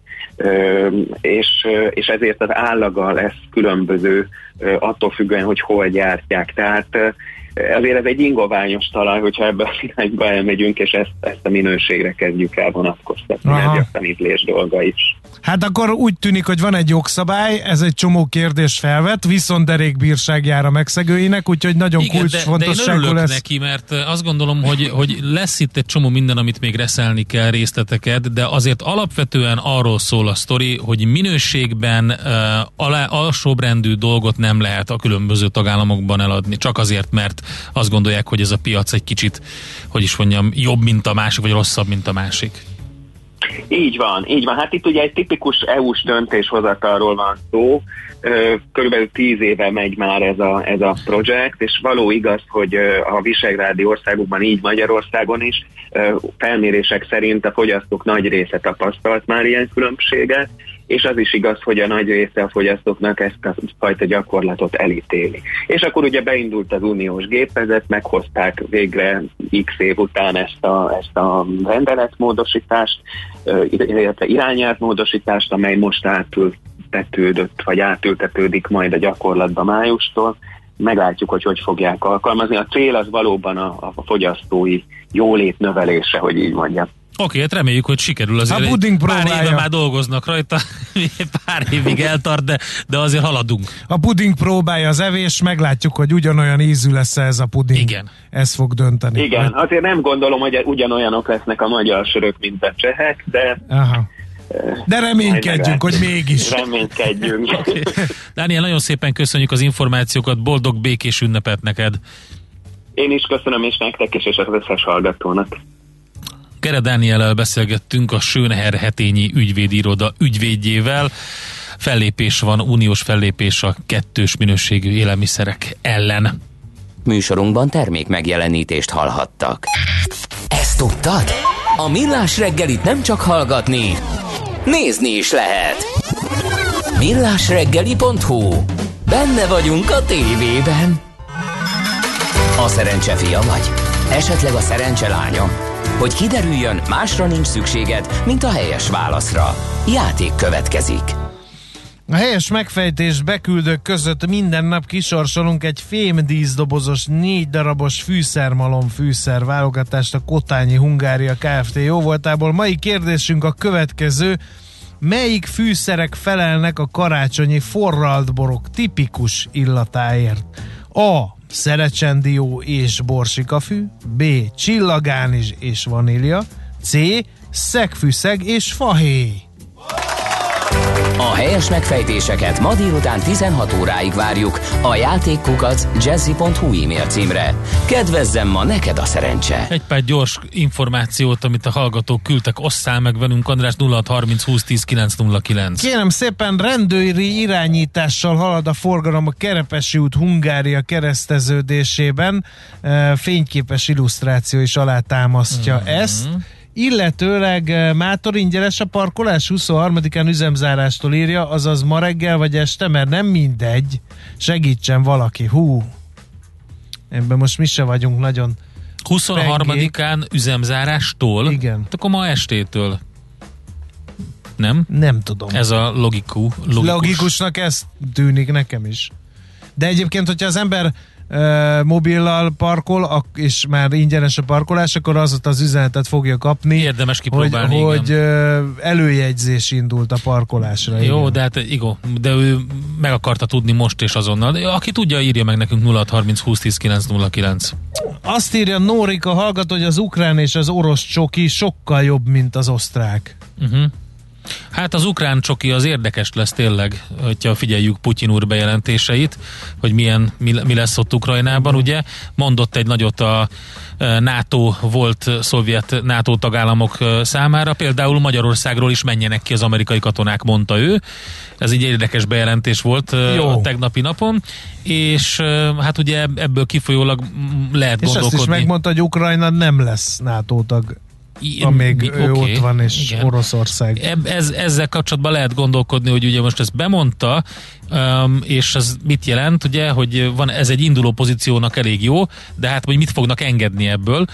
és ezért az állaga lesz különböző attól függően, hogy hol gyártják. Tehát azért ez egy ingoványos talaj, hogyha ebbe az irányba elmegyünk, és ezt a minőségre kezdjük el vonatkoztatni, ez a tanítlés dolga is. Hát akkor úgy tűnik, hogy van egy jogszabály, ez egy csomó kérdést felvet, viszont derékbírság jár a megszegőinek, úgyhogy nagyon kulcsfontosságú lesz. De én örülök neki, mert azt gondolom, hogy lesz itt egy csomó minden, amit még reszelni kell, részleteket, de azért alapvetően arról szól a sztori, hogy minőségben alsóbrendű dolgot nem lehet a különböző tagállamokban eladni, csak azért, mert azt gondolják, hogy ez a piac egy kicsit, hogy is mondjam, jobb, mint a másik, vagy rosszabb, mint a másik. Így van. Hát itt ugye egy tipikus EU-s döntéshozatalról van szó. Körülbelül 10 éve megy már ez a projekt, és való igaz, hogy a visegrádi országokban, így Magyarországon is felmérések szerint a fogyasztók nagy része tapasztalt már ilyen különbséget, és az is igaz, hogy a nagy része a fogyasztóknak ezt a fajta gyakorlatot elítéli. És akkor ugye beindult az uniós gépezet, meghozták végre x év után ezt a rendeletmódosítást, illetve irányelvmódosítást, amely most átültetődik majd a gyakorlatba májustól. Meglátjuk, hogy fogják alkalmazni. A cél az valóban a fogyasztói jólét növelése, hogy így mondjam. Oké, hát reméljük, hogy sikerül azért. Pár éve már dolgoznak rajta, pár évig eltart, de azért haladunk. A puding próbálja az evés, meglátjuk, hogy ugyanolyan ízű lesz ez a puding. Igen. Ez fog dönteni. Igen, azért nem gondolom, hogy ugyanolyanok lesznek a magyar sörök, mint a csehek, de... Aha. De reménykedjünk, hogy mégis. Reménykedjünk. Okay. Dániel, nagyon szépen köszönjük az információkat, boldog békés ünnepet neked. Én is köszönöm, és nektek is, és az összes hallgatónak. Kere Dániellel beszélgettünk, a Schönherr-Hetényi ügyvédiroda ügyvédjével. Fellépés van, uniós fellépés a kettős minőségű élelmiszerek ellen. Műsorunkban termék megjelenítést hallhattak. Ezt tudtad? A Millás reggelit nem csak hallgatni, nézni is lehet. millásreggeli.hu. Benne vagyunk a tévében. A szerencse fia vagy? Esetleg a szerencse lánya? Hogy kiderüljön, másra nincs szükséged, mint a helyes válaszra. Játék következik. A helyes megfejtés beküldők között minden nap kisorsolunk egy fémdíszdobozos 4 darabos fűszermalom fűszer válogatást a Kotányi Hungária Kft. Jóvoltából. Mai kérdésünk a következő: melyik fűszerek felelnek a karácsonyi forralt-borok tipikus illatáért? A. Szerecsendió és borsikafű, B. Csillagánizs és vanília, C. Szegfűszeg és fahéj. A helyes megfejtéseket ma délután 16 óráig várjuk a játékkukac@jazzy.hu e-mail címre. Kedvezzem ma neked a szerencse! Egy pár gyors információt, amit a hallgatók küldtek, osszál meg velünk, András. 0630 20 10 909. Kérem szépen, rendőri irányítással halad a forgalom a Kerepesi út Hungária kereszteződésében. Fényképes illusztráció is alátámasztja ezt. Illetőleg mától ingyenes a parkolás, 23-án üzemzárástól írja, azaz ma reggel vagy este, mert nem mindegy. Segítsen valaki. Ebben most mi se vagyunk nagyon 23-án üzemzárástól? Igen. Hát akkor ma estétől. Nem? Nem tudom. Ez a logikus. Logikusnak ez tűnik nekem is. De egyébként, hogyha az ember mobillal parkol, és már ingyenes a parkolás, akkor az üzenetet fogja kapni. Érdemes kipróbálni, hogy előjegyzés indult a parkolásra. Jó, igen. de hát de ő meg akarta tudni most és azonnal. De aki tudja, írja meg nekünk 0630 20 10 909. Azt írja Nórika hallgató, hogy az ukrán és az orosz csoki sokkal jobb, mint az osztrák. Hát az ukrán csoki az érdekes lesz tényleg, hogyha figyeljük Putyin úr bejelentéseit, hogy mi lesz ott Ukrajnában, ugye? Mondott egy nagyot a NATO, volt szovjet NATO tagállamok számára, például Magyarországról is menjenek ki az amerikai katonák, mondta ő. Ez így érdekes bejelentés volt a tegnapi napon, és hát ugye ebből kifolyólag lehet és gondolkodni. És azt is megmondta, hogy Ukrajna nem lesz NATO tag, amíg ő ott van, és igen. Oroszország. Ezzel kapcsolatban lehet gondolkodni, hogy ugye most ezt bemondta, és ez mit jelent, ugye, hogy van, ez egy induló pozíciónak elég jó, de hát, hogy mit fognak engedni ebből.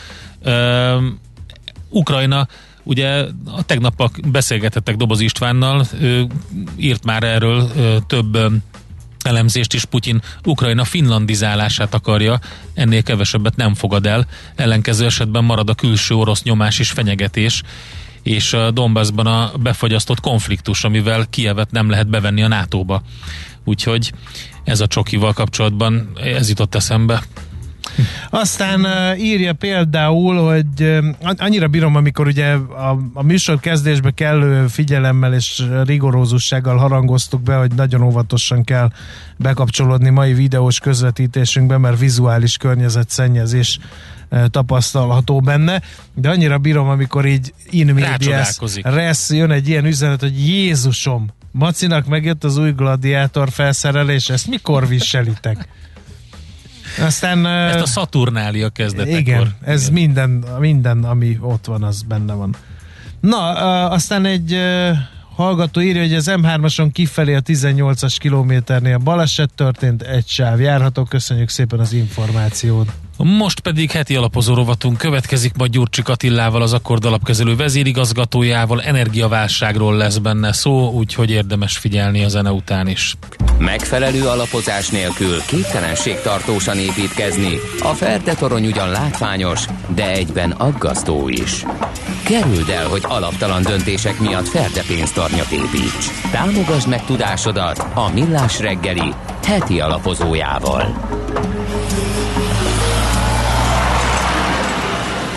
Ukrajna, ugye tegnap beszélgetettek Doboz Istvánnal, ő írt már erről több elemzést is. Putyin Ukrajna finlandizálását akarja, ennél kevesebbet nem fogad el, ellenkező esetben marad a külső orosz nyomás és fenyegetés, és a Donbassban a befagyasztott konfliktus, amivel Kijevet nem lehet bevenni a NATO-ba. Úgyhogy ez a csokival kapcsolatban ez jutott eszembe. Aztán írja például, hogy annyira bírom, amikor ugye a műsor kezdésbe kellő figyelemmel és rigorózussággal harangoztuk be, hogy nagyon óvatosan kell bekapcsolódni mai videós közvetítésünkbe, mert vizuális környezetszennyezés tapasztalható benne, de annyira bírom, amikor így in medias res jön egy ilyen üzenet, hogy Jézusom, Macinak megjött az új gladiátor felszerelés, ezt mikor viselitek? Aztán, ezt a Szaturnália kezdetekor. Igen, ez igen. Minden, ami ott van, az benne van. Na, aztán egy hallgató írja, hogy az M3-ason kifelé a 18-as kilométernél baleset történt, egy sáv járható. Köszönjük szépen az információt. Most pedig heti alapozó rovatunk következik, majd Gyurcsik Attilával, az Akkord alapkezelő vezérigazgatójával. Energiaválságról lesz benne szó, úgyhogy érdemes figyelni a zene után is. Megfelelő alapozás nélkül képtelenség tartósan építkezni. A Ferde torony ugyan látványos, de egyben aggasztó is. Kerüld el, hogy alaptalan döntések miatt Ferde pénztarnyat építs. Támogasd meg tudásodat a Millás reggeli heti alapozójával.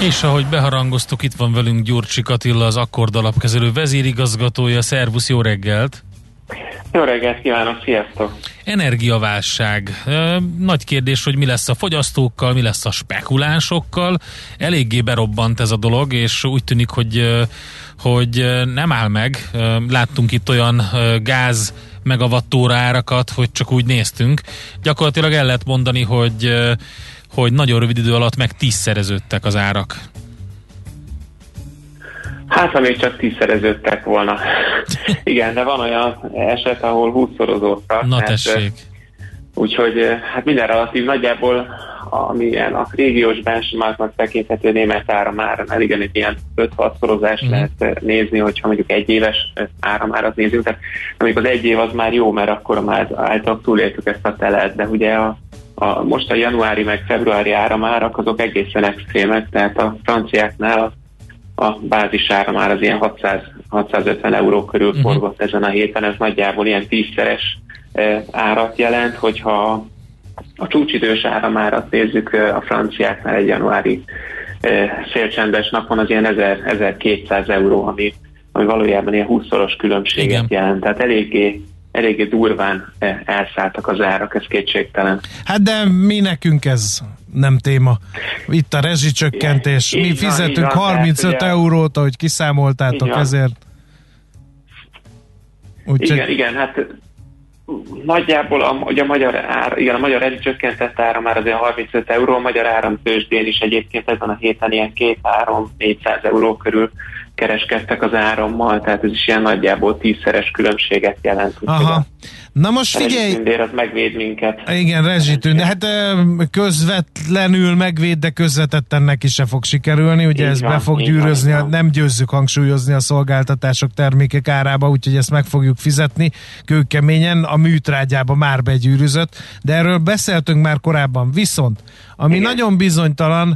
És ahogy beharangoztuk, itt van velünk Gyurcsik Attila, az Akkord alapkezelő vezérigazgatója. Szervusz, jó reggelt! Jó reggelt kívánok, sziasztok! Energiaválság. Nagy kérdés, hogy mi lesz a fogyasztókkal, mi lesz a spekulánsokkal. Eléggé berobbant ez a dolog, és úgy tűnik, hogy nem áll meg. Láttunk itt olyan gáz megawattóra árakat, hogy csak úgy néztünk. Gyakorlatilag el lehet mondani, hogy nagyon rövid idő alatt meg 10-szereződtek az árak. Hát, ha még csak 10-szereződtek volna. Igen, de van olyan eset, ahol 20-szorozódtak. Na tessék. Úgyhogy hát minden relatív, nagyjából amilyen a régiós benchmarknak tekinthető német áramár, igen, egy ilyen 5-6-szorozást lehet nézni, hogyha mondjuk egy éves áramárat nézünk. Tehát mondjuk az egy év az már jó, mert akkor már által túléltük ezt a telet, de ugye most a januári meg februári áramárak azok egészen extrémek, tehát a franciáknál a bázis áramár az ilyen 650 euró körül forgott ezen a héten, ez nagyjából ilyen 10-szeres árat jelent, hogyha a csúcsidős áramárat nézzük a franciáknál egy januári szélcsendes napon, az ilyen 1200 euró, ami valójában ilyen 20-szoros különbséget jelent, tehát eléggé durván elszálltak az árak, ez kétségtelen. Hát de mi nekünk ez nem téma. Itt a rezsicsökkentés, mi fizetünk 35 eurót, ahogy kiszámoltátok, ezért. Igen, hát nagyjából ugye a magyar rezsicsökkentett ára már azért 35 euró, a magyar áramtőzsdén is egyébként ezen a héten ilyen 2-3-400 euró körül kereskedtek az árammal, tehát ez is ilyen nagyjából 10-szeres különbséget jelent. Aha. Na most figyelj! A az megvéd minket. Igen, rezsitűndér. Hát közvetlenül megvéd, de közvetetten neki se fog sikerülni. Ugye ez be fog gyűrözni, nem győzzük hangsúlyozni a szolgáltatások, termékek árába, úgyhogy ezt meg fogjuk fizetni kőkeményen. A műtrágyába már begyűrűzött, de erről beszéltünk már korábban. Viszont, ami nagyon bizonytalan,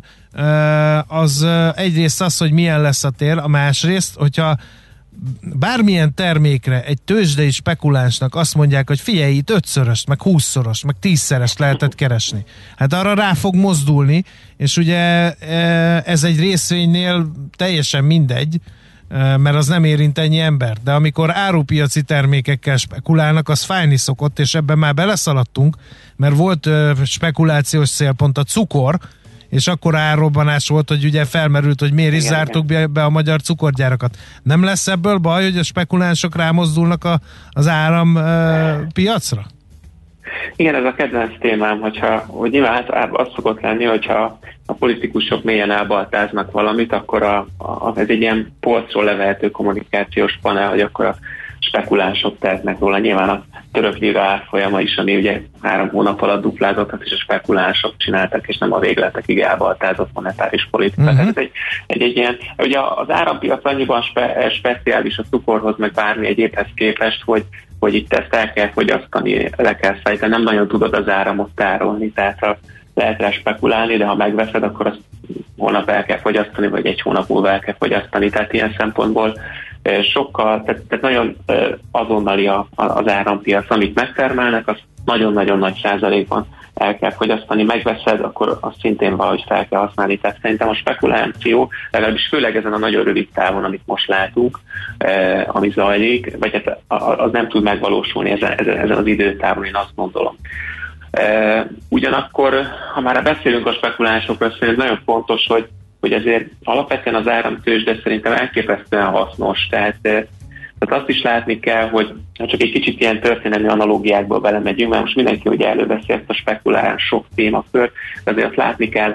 az egyrészt az, hogy milyen lesz a tér, a másrészt, hogyha bármilyen termékre egy tőzsdei spekulánsnak azt mondják, hogy figyelj, itt 5-szöröst, meg 20-szoros, meg 10-szerest lehetett keresni. Hát arra rá fog mozdulni, és ugye ez egy részvénynél teljesen mindegy, mert az nem érint ennyi embert. De amikor árupiaci termékekkel spekulálnak, az fájni szokott, és ebben már beleszaladtunk, mert volt spekulációs célpont a cukor, és akkor árrobbanás volt, hogy ugye felmerült, hogy miért is zártuk be a magyar cukorgyárakat. Nem lesz ebből baj, hogy a spekulánsok rámozdulnak az árampiacra? Igen, ez a kedvenc témám, hogy nyilván általában az szokott lenni, hogyha a politikusok mélyen elbaltáznak valamit, akkor ez egy ilyen polcról levehető kommunikációs panel, hogy akkor a spekulánsok tehetnek róla. Nyilván a török lira árfolyama is, ami ugye 3 hónap alatt duplázott, és a spekulánsok csináltak, és nem a végletekig elbaltázott monetáris politika. Tehát ez egy ilyen, ugye az árampiac annyiban speciális a cukorhoz, meg bármi egyébhez képest, hogy itt ezt el kell fogyasztani, le kell szállítani, nem nagyon tudod az áramot tárolni, tehát lehet rá spekulálni, de ha megveszed, akkor azt holnap el kell fogyasztani, vagy 1 hónap múlva el kell fogyasztani, tehát ilyen szempontból sokkal, tehát nagyon azonnali az árampiac, amit megtermelnek, azt nagyon-nagyon nagy százalékban el kell fogyasztani, megveszed, akkor azt szintén valahogy fel kell használni. Tehát szerintem a spekuláció, legalábbis főleg ezen a nagyon rövid távon, amit most látunk, ami zajlik, vagy hát az nem tud megvalósulni ezen az időtávon, én azt gondolom. Ugyanakkor, ha már beszélünk a spekulánsokról, szerintem nagyon fontos, hogy azért alapvetően az áramtőzsde szerintem elképesztően hasznos. Tehát azt is látni kell, hogy csak egy kicsit ilyen történelmi analógiákból belemegyünk, mert most mindenki ugye előveszi ezt a spekulánsok témakört, de azért azt látni kell,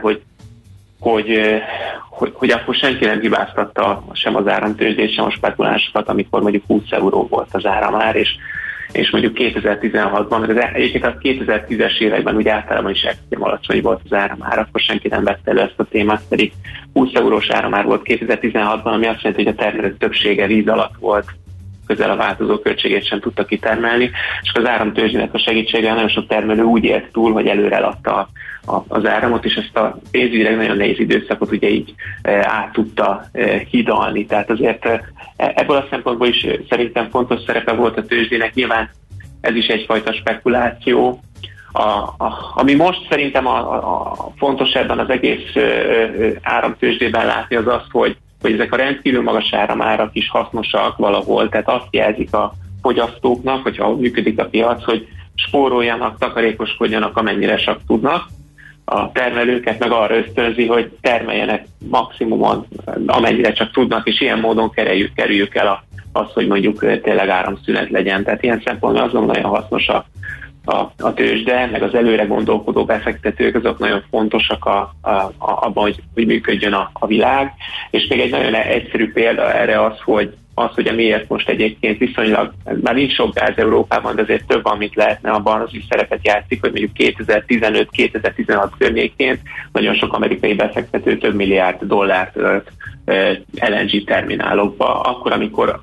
hogy akkor senki nem hibáztatta sem az áramtőzsdét, sem a spekulánsokat, amikor mondjuk 20 euró volt az áramár, és mondjuk 2016-ban, mert egyébként a 2010-es években úgy általában is extrém alacsony volt az áramár, akkor senki nem vette elő ezt a témát, pedig 20 eurós áramár volt 2016-ban, ami azt jelenti, hogy a termelők többsége víz alatt volt, közel a változó költségét sem tudta kitermelni, és az áramtőzsdének a segítségével nagyon sok termelő úgy élt túl, hogy előre eladta az áramot, és ezt a pénzügyileg nagyon nehéz időszakot ugye így át tudta hidalni. Tehát azért ebből a szempontból is szerintem fontos szerepe volt a tőzsdének. Nyilván ez is egyfajta spekuláció. Ami most szerintem a fontos ebben az egész áramtőzsdében látni az az, hogy ezek a rendkívül magas áramárak is hasznosak valahol, tehát azt jelzik a fogyasztóknak, hogyha működik a piac, hogy spóroljanak, takarékoskodjanak, amennyire csak tudnak. A termelőket meg arra ösztönzi, hogy termeljenek maximumon, amennyire csak tudnak, és ilyen módon kerüljük el azt, hogy mondjuk tényleg áramszünet legyen. Tehát ilyen szempontból azon nagyon hasznos a tőzsde, meg az előre gondolkodó befektetők, azok nagyon fontosak abban, hogy működjön a világ. És még egy nagyon egyszerű példa erre az, hogy miért most egyébként viszonylag, már nincs sok gáz Európában, de azért több, amit lehetne, abban az is szerepet játszik, hogy mondjuk 2015-2016 környékén nagyon sok amerikai befektető több milliárd dollárt ölt LNG terminálokba, akkor, amikor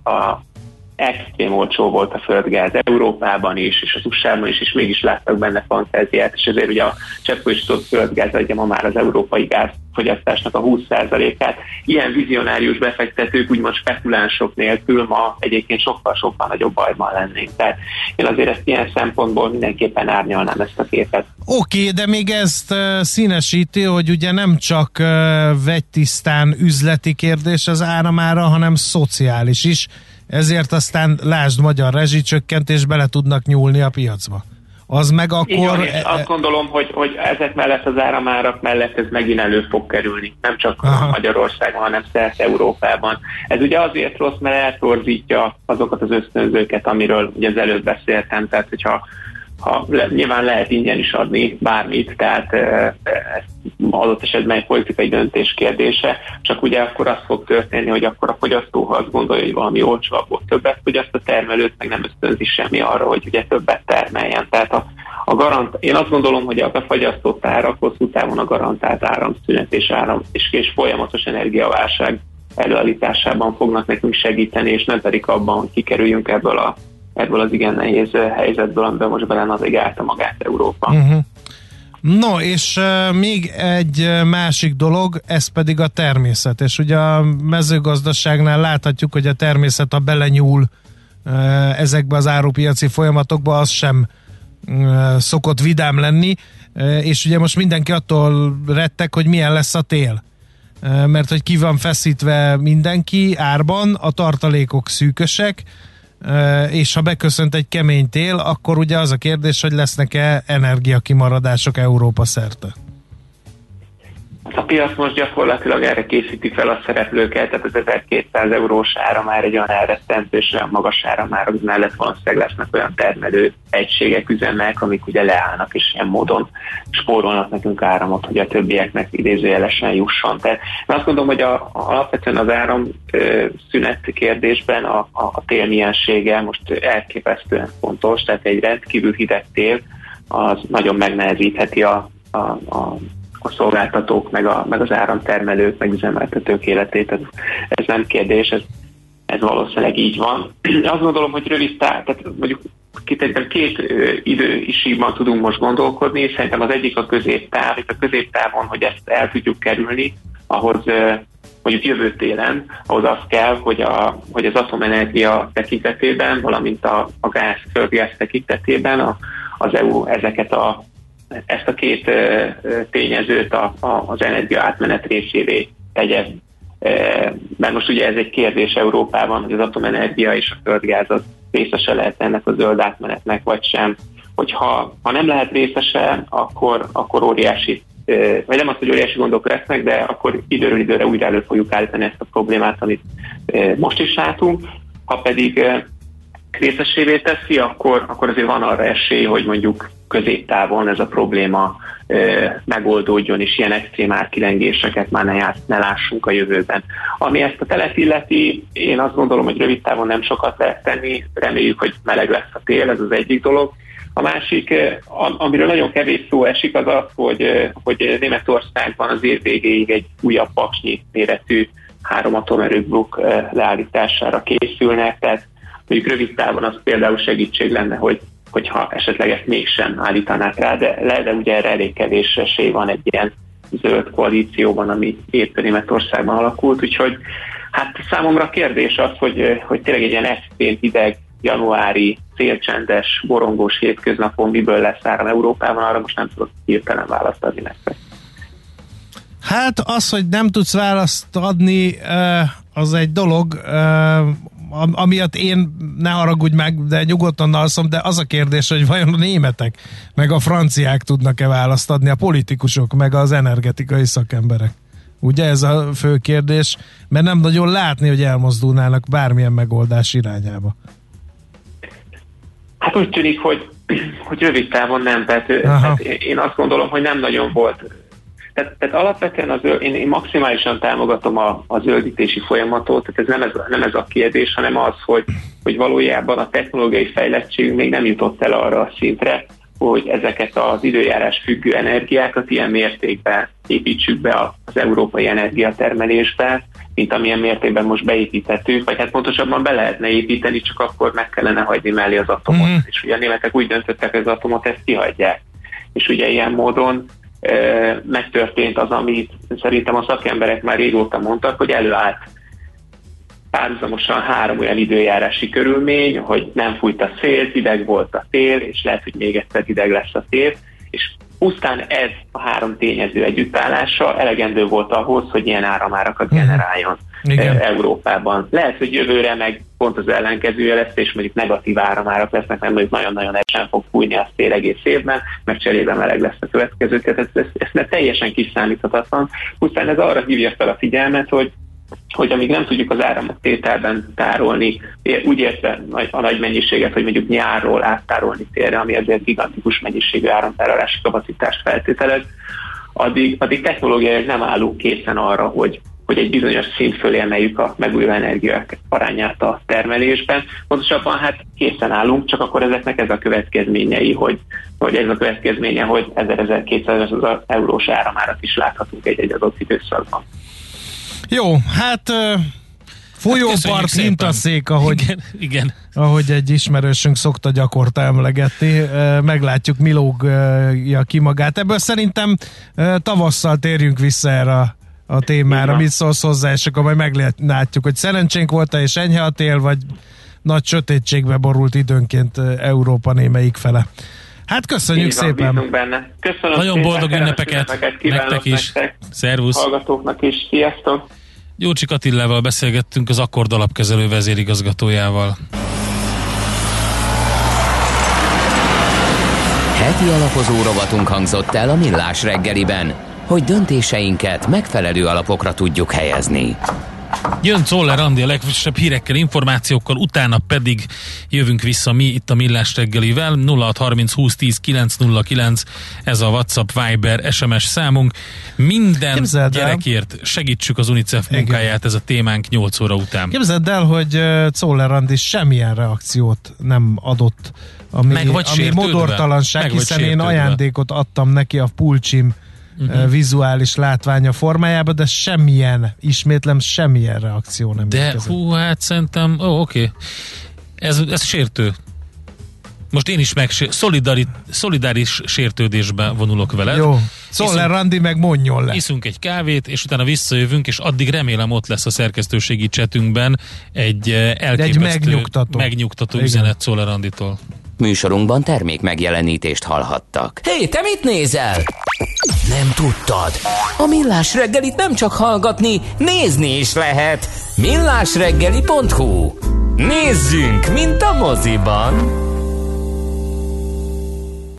extrém olcsó volt a földgáz Európában is, és az USA-ban is, és mégis láttak benne fantáziát, és ezért ugye a cseppfolyósított földgáz adja ma már az európai gázfogyasztásnak a 20%-át. Ilyen vizionárius befektetők, úgymond spekulánsok nélkül ma egyébként sokkal-sokkal nagyobb bajban lennénk. Tehát én azért ezt ilyen szempontból mindenképpen árnyalnám ezt a képet. Oké, de még ezt színesíti, hogy ugye nem csak vegytisztán üzleti kérdés az áramára, hanem szociális is. Ezért aztán lásd, magyar rezsicsökkentés, bele tudnak nyúlni a piacba. Az meg akkor... Igen, azt gondolom, hogy ezek mellett az áramárak mellett ez megint elő fog kerülni. Nem csak Magyarországon, hanem szerte Európában. Ez ugye azért rossz, mert eltorzítja azokat az ösztönzőket, amiről ugye az előbb beszéltem. Tehát, hogyha nyilván lehet ingyen is adni bármit, tehát ez adott esetben egy politikai döntés kérdése, csak ugye akkor az fog történni, hogy akkor a fogyasztó, ha azt gondolja, hogy valami olcsóbb, akkor többet fogyaszt, a termelőt meg nem ösztönzi semmi arra, hogy ugye többet termeljen. Tehát én azt gondolom, hogy a befagyasztott árak hosszú távon a garantált áramszünet és folyamatos energiaválság előállításában fognak nekünk segíteni, és nem pedig abban, hogy kikerüljünk ebből az igen nehéz helyzetből, amiben most belenavigálta magát Európa. No, és még egy másik dolog, ez pedig a természet. És ugye a mezőgazdaságnál láthatjuk, hogy a természet, ha belenyúl ezekbe az árupiaci folyamatokba, az sem szokott vidám lenni, és ugye most mindenki attól rettek, hogy milyen lesz a tél. Mert hogy ki van feszítve mindenki árban, a tartalékok szűkösek, és ha beköszönt egy kemény tél, akkor ugye az a kérdés, hogy lesznek-e energiakimaradások Európa szerte? A piac most gyakorlatilag erre készíti fel a szereplőket, tehát az 1200 eurós ára már egy olyan elrettentő, és olyan magas ára már az mellett valószínűleg lesznek olyan termelő egységek, üzemek, amik ugye leállnak, és ilyen módon spórolnak nekünk áramot, hogy a többieknek idézőjelesen jusson. Tehát én azt gondolom, hogy alapvetően az áram szünet kérdésben a tél miensége most elképesztően fontos, tehát egy rendkívül hideg tél az nagyon megnehezítheti a szolgáltatók, meg az áramtermelők, meg üzemeltetők életét. Ez nem kérdés, ez valószínűleg így van. Azt gondolom, hogy rövid tehát mondjuk két időisíkban tudunk most gondolkodni, szerintem az egyik a középtáv, és a középtávon, hogy ezt el tudjuk kerülni, ahhoz mondjuk jövő télen, ahhoz az kell, hogy az atomenergia tekintetében, valamint a földgáz tekintetében az EU ezt a két tényezőt az energia átmenet részévé tegye. Mert most ugye ez egy kérdés Európában, hogy az atomenergia és a földgáz az részese lehet ennek a zöld átmenetnek, vagy sem. Hogyha nem lehet részese, akkor óriási, vagy nem az, hogy óriási gondok lesznek, de akkor időről időre újra elő fogjuk állítani ezt a problémát, amit most is látunk. Ha pedig részesévé teszi, akkor azért van arra esély, hogy mondjuk középtávon ez a probléma megoldódjon, és ilyen extrém árkilengéseket már ne lássunk a jövőben. Ami ezt a telet illeti, én azt gondolom, hogy rövid távon nem sokat lehet tenni, reméljük, hogy meleg lesz a tél, ez az egyik dolog. A másik, amiről nagyon kevés szó esik, az az, hogy Németországban az év végéig egy újabb paksnyi méretű 3 atomerőblokk leállításására készülnek, tehát mondjuk rövid távon az például segítség lenne, hogyha esetleg ezt mégsem állítanák rá, de ugye erre elég kevés esély van egy ilyen zöld koalícióban, ami éppen Németországban alakult, úgyhogy hát számomra kérdés az, hogy tényleg egy ilyen extrém hideg januári szélcsendes, borongós hétköznapon miből lesz áram Európában, arra most nem tudok hirtelen választ adni nektek. Hát az, hogy nem tudsz választ adni, az egy dolog, amiatt én, ne haragudj meg, de nyugodtan alszom, de az a kérdés, hogy vajon a németek meg a franciák tudnak-e választ adni, a politikusok meg az energetikai szakemberek. Ugye ez a fő kérdés, mert nem nagyon látni, hogy elmozdulnának bármilyen megoldás irányába. Hát úgy tűnik, hogy rövid távon nem, tehát én azt gondolom, hogy nem nagyon volt. Tehát alapvetően én maximálisan támogatom a zöldítési folyamatot, tehát ez nem ez a kérdés, hanem az, hogy valójában a technológiai fejlettség még nem jutott el arra a szintre, hogy ezeket az időjárás függő energiákat ilyen mértékben építsük be az európai energiatermelésbe, mint amilyen mértékben most beépítettük, vagy hát pontosabban be lehetne építeni, csak akkor meg kellene hagyni mellé az atomot. És ugye a németek úgy döntöttek, hogy az atomot ezt kihagyják. És ugye ilyen módon megtörtént az, amit szerintem a szakemberek már régóta mondtak, hogy előállt párhuzamosan 3 olyan időjárási körülmény, hogy nem fújt a szél, hideg volt a tél, és lehet, hogy még egyszer hideg lesz a tél, és pusztán ez a 3 tényező együttállása elegendő volt ahhoz, hogy ilyen áramárakat generáljon Európában. Lehet, hogy jövőre meg pont az ellenkezője lesz, és mondjuk negatív áramárak lesznek, mert mondjuk nagyon-nagyon erősen fog fújni a szél egész évben, mert cserébe meleg lesz a következő. Tehát ez teljesen kiszámíthatatlan. Pusztán ez arra hívja fel a figyelmet, hogy amíg nem tudjuk az áramot tételben tárolni, úgy értve a nagy mennyiséget, hogy mondjuk nyárról áttárolni télre, ami azért gigantikus mennyiségű áramtárolási kapacitást feltételez, addig technológiailag nem állunk készen arra, hogy egy bizonyos szint fölé emeljük a megújuló energiák arányát a termelésben. Pontosabban hát készen állunk, csak akkor ezeknek ez a következményei, hogy ez a következménye, hogy 1000-1200 eurós áramárat is láthatunk egy adott időszakban. Jó, hát folyópart hintaszék, ahogy egy ismerősünk szokta gyakorta emlegetni. Meglátjuk, mi lógja ki magát. Ebből szerintem tavasszal térjünk vissza erre a témára. Mit szólsz hozzá, és akkor majd meglátjuk, hogy szerencsénk volt-e, és enyhe a tél, vagy nagy sötétségbe borult időnként Európa némelyik fele. Hát köszönjük szépen! Benne. Köszönöm nagyon szépen, boldog ünnepeket nektek is. Szervusz! Hallgatóknak is. Sziasztok! Gyurcsik Attilával beszélgettünk, az Akkord alapkezelő vezérigazgatójával. Heti alapozó rovatunk hangzott el a Millás reggeliben, hogy döntéseinket megfelelő alapokra tudjuk helyezni. Jön Czoller Andi a legfrissebb hírekkel, információkkal, utána pedig jövünk vissza mi itt a Millás reggelivel. 0630 20 10 909, ez a WhatsApp, Viber, SMS számunk. Minden gyerekért segítsük az UNICEF munkáját, ez a témánk 8 óra után. Képzeld el, hogy Czoller Andi semmilyen reakciót nem adott, ami modortalanság, hiszen én ajándékot adtam neki a pulcsim vizuális látványa formájába, de semmilyen reakció nem érkezett. De hát szerintem, oké. Ez sértő. Most én is szolidáris sértődésbe vonulok veled. Jó, Czoller Andi meg mondjon le. Iszunk egy kávét, és utána visszajövünk, és addig remélem ott lesz a szerkesztőségi csetünkben egy elképesztő, megnyugtató üzenet Czoller Anditól. Műsorunkban termék megjelenítést hallhattak. Hé, te mit nézel? Nem tudtad? A Millás reggelit nem csak hallgatni, nézni is lehet. millásreggeli.hu. Nézzünk, mint a moziban!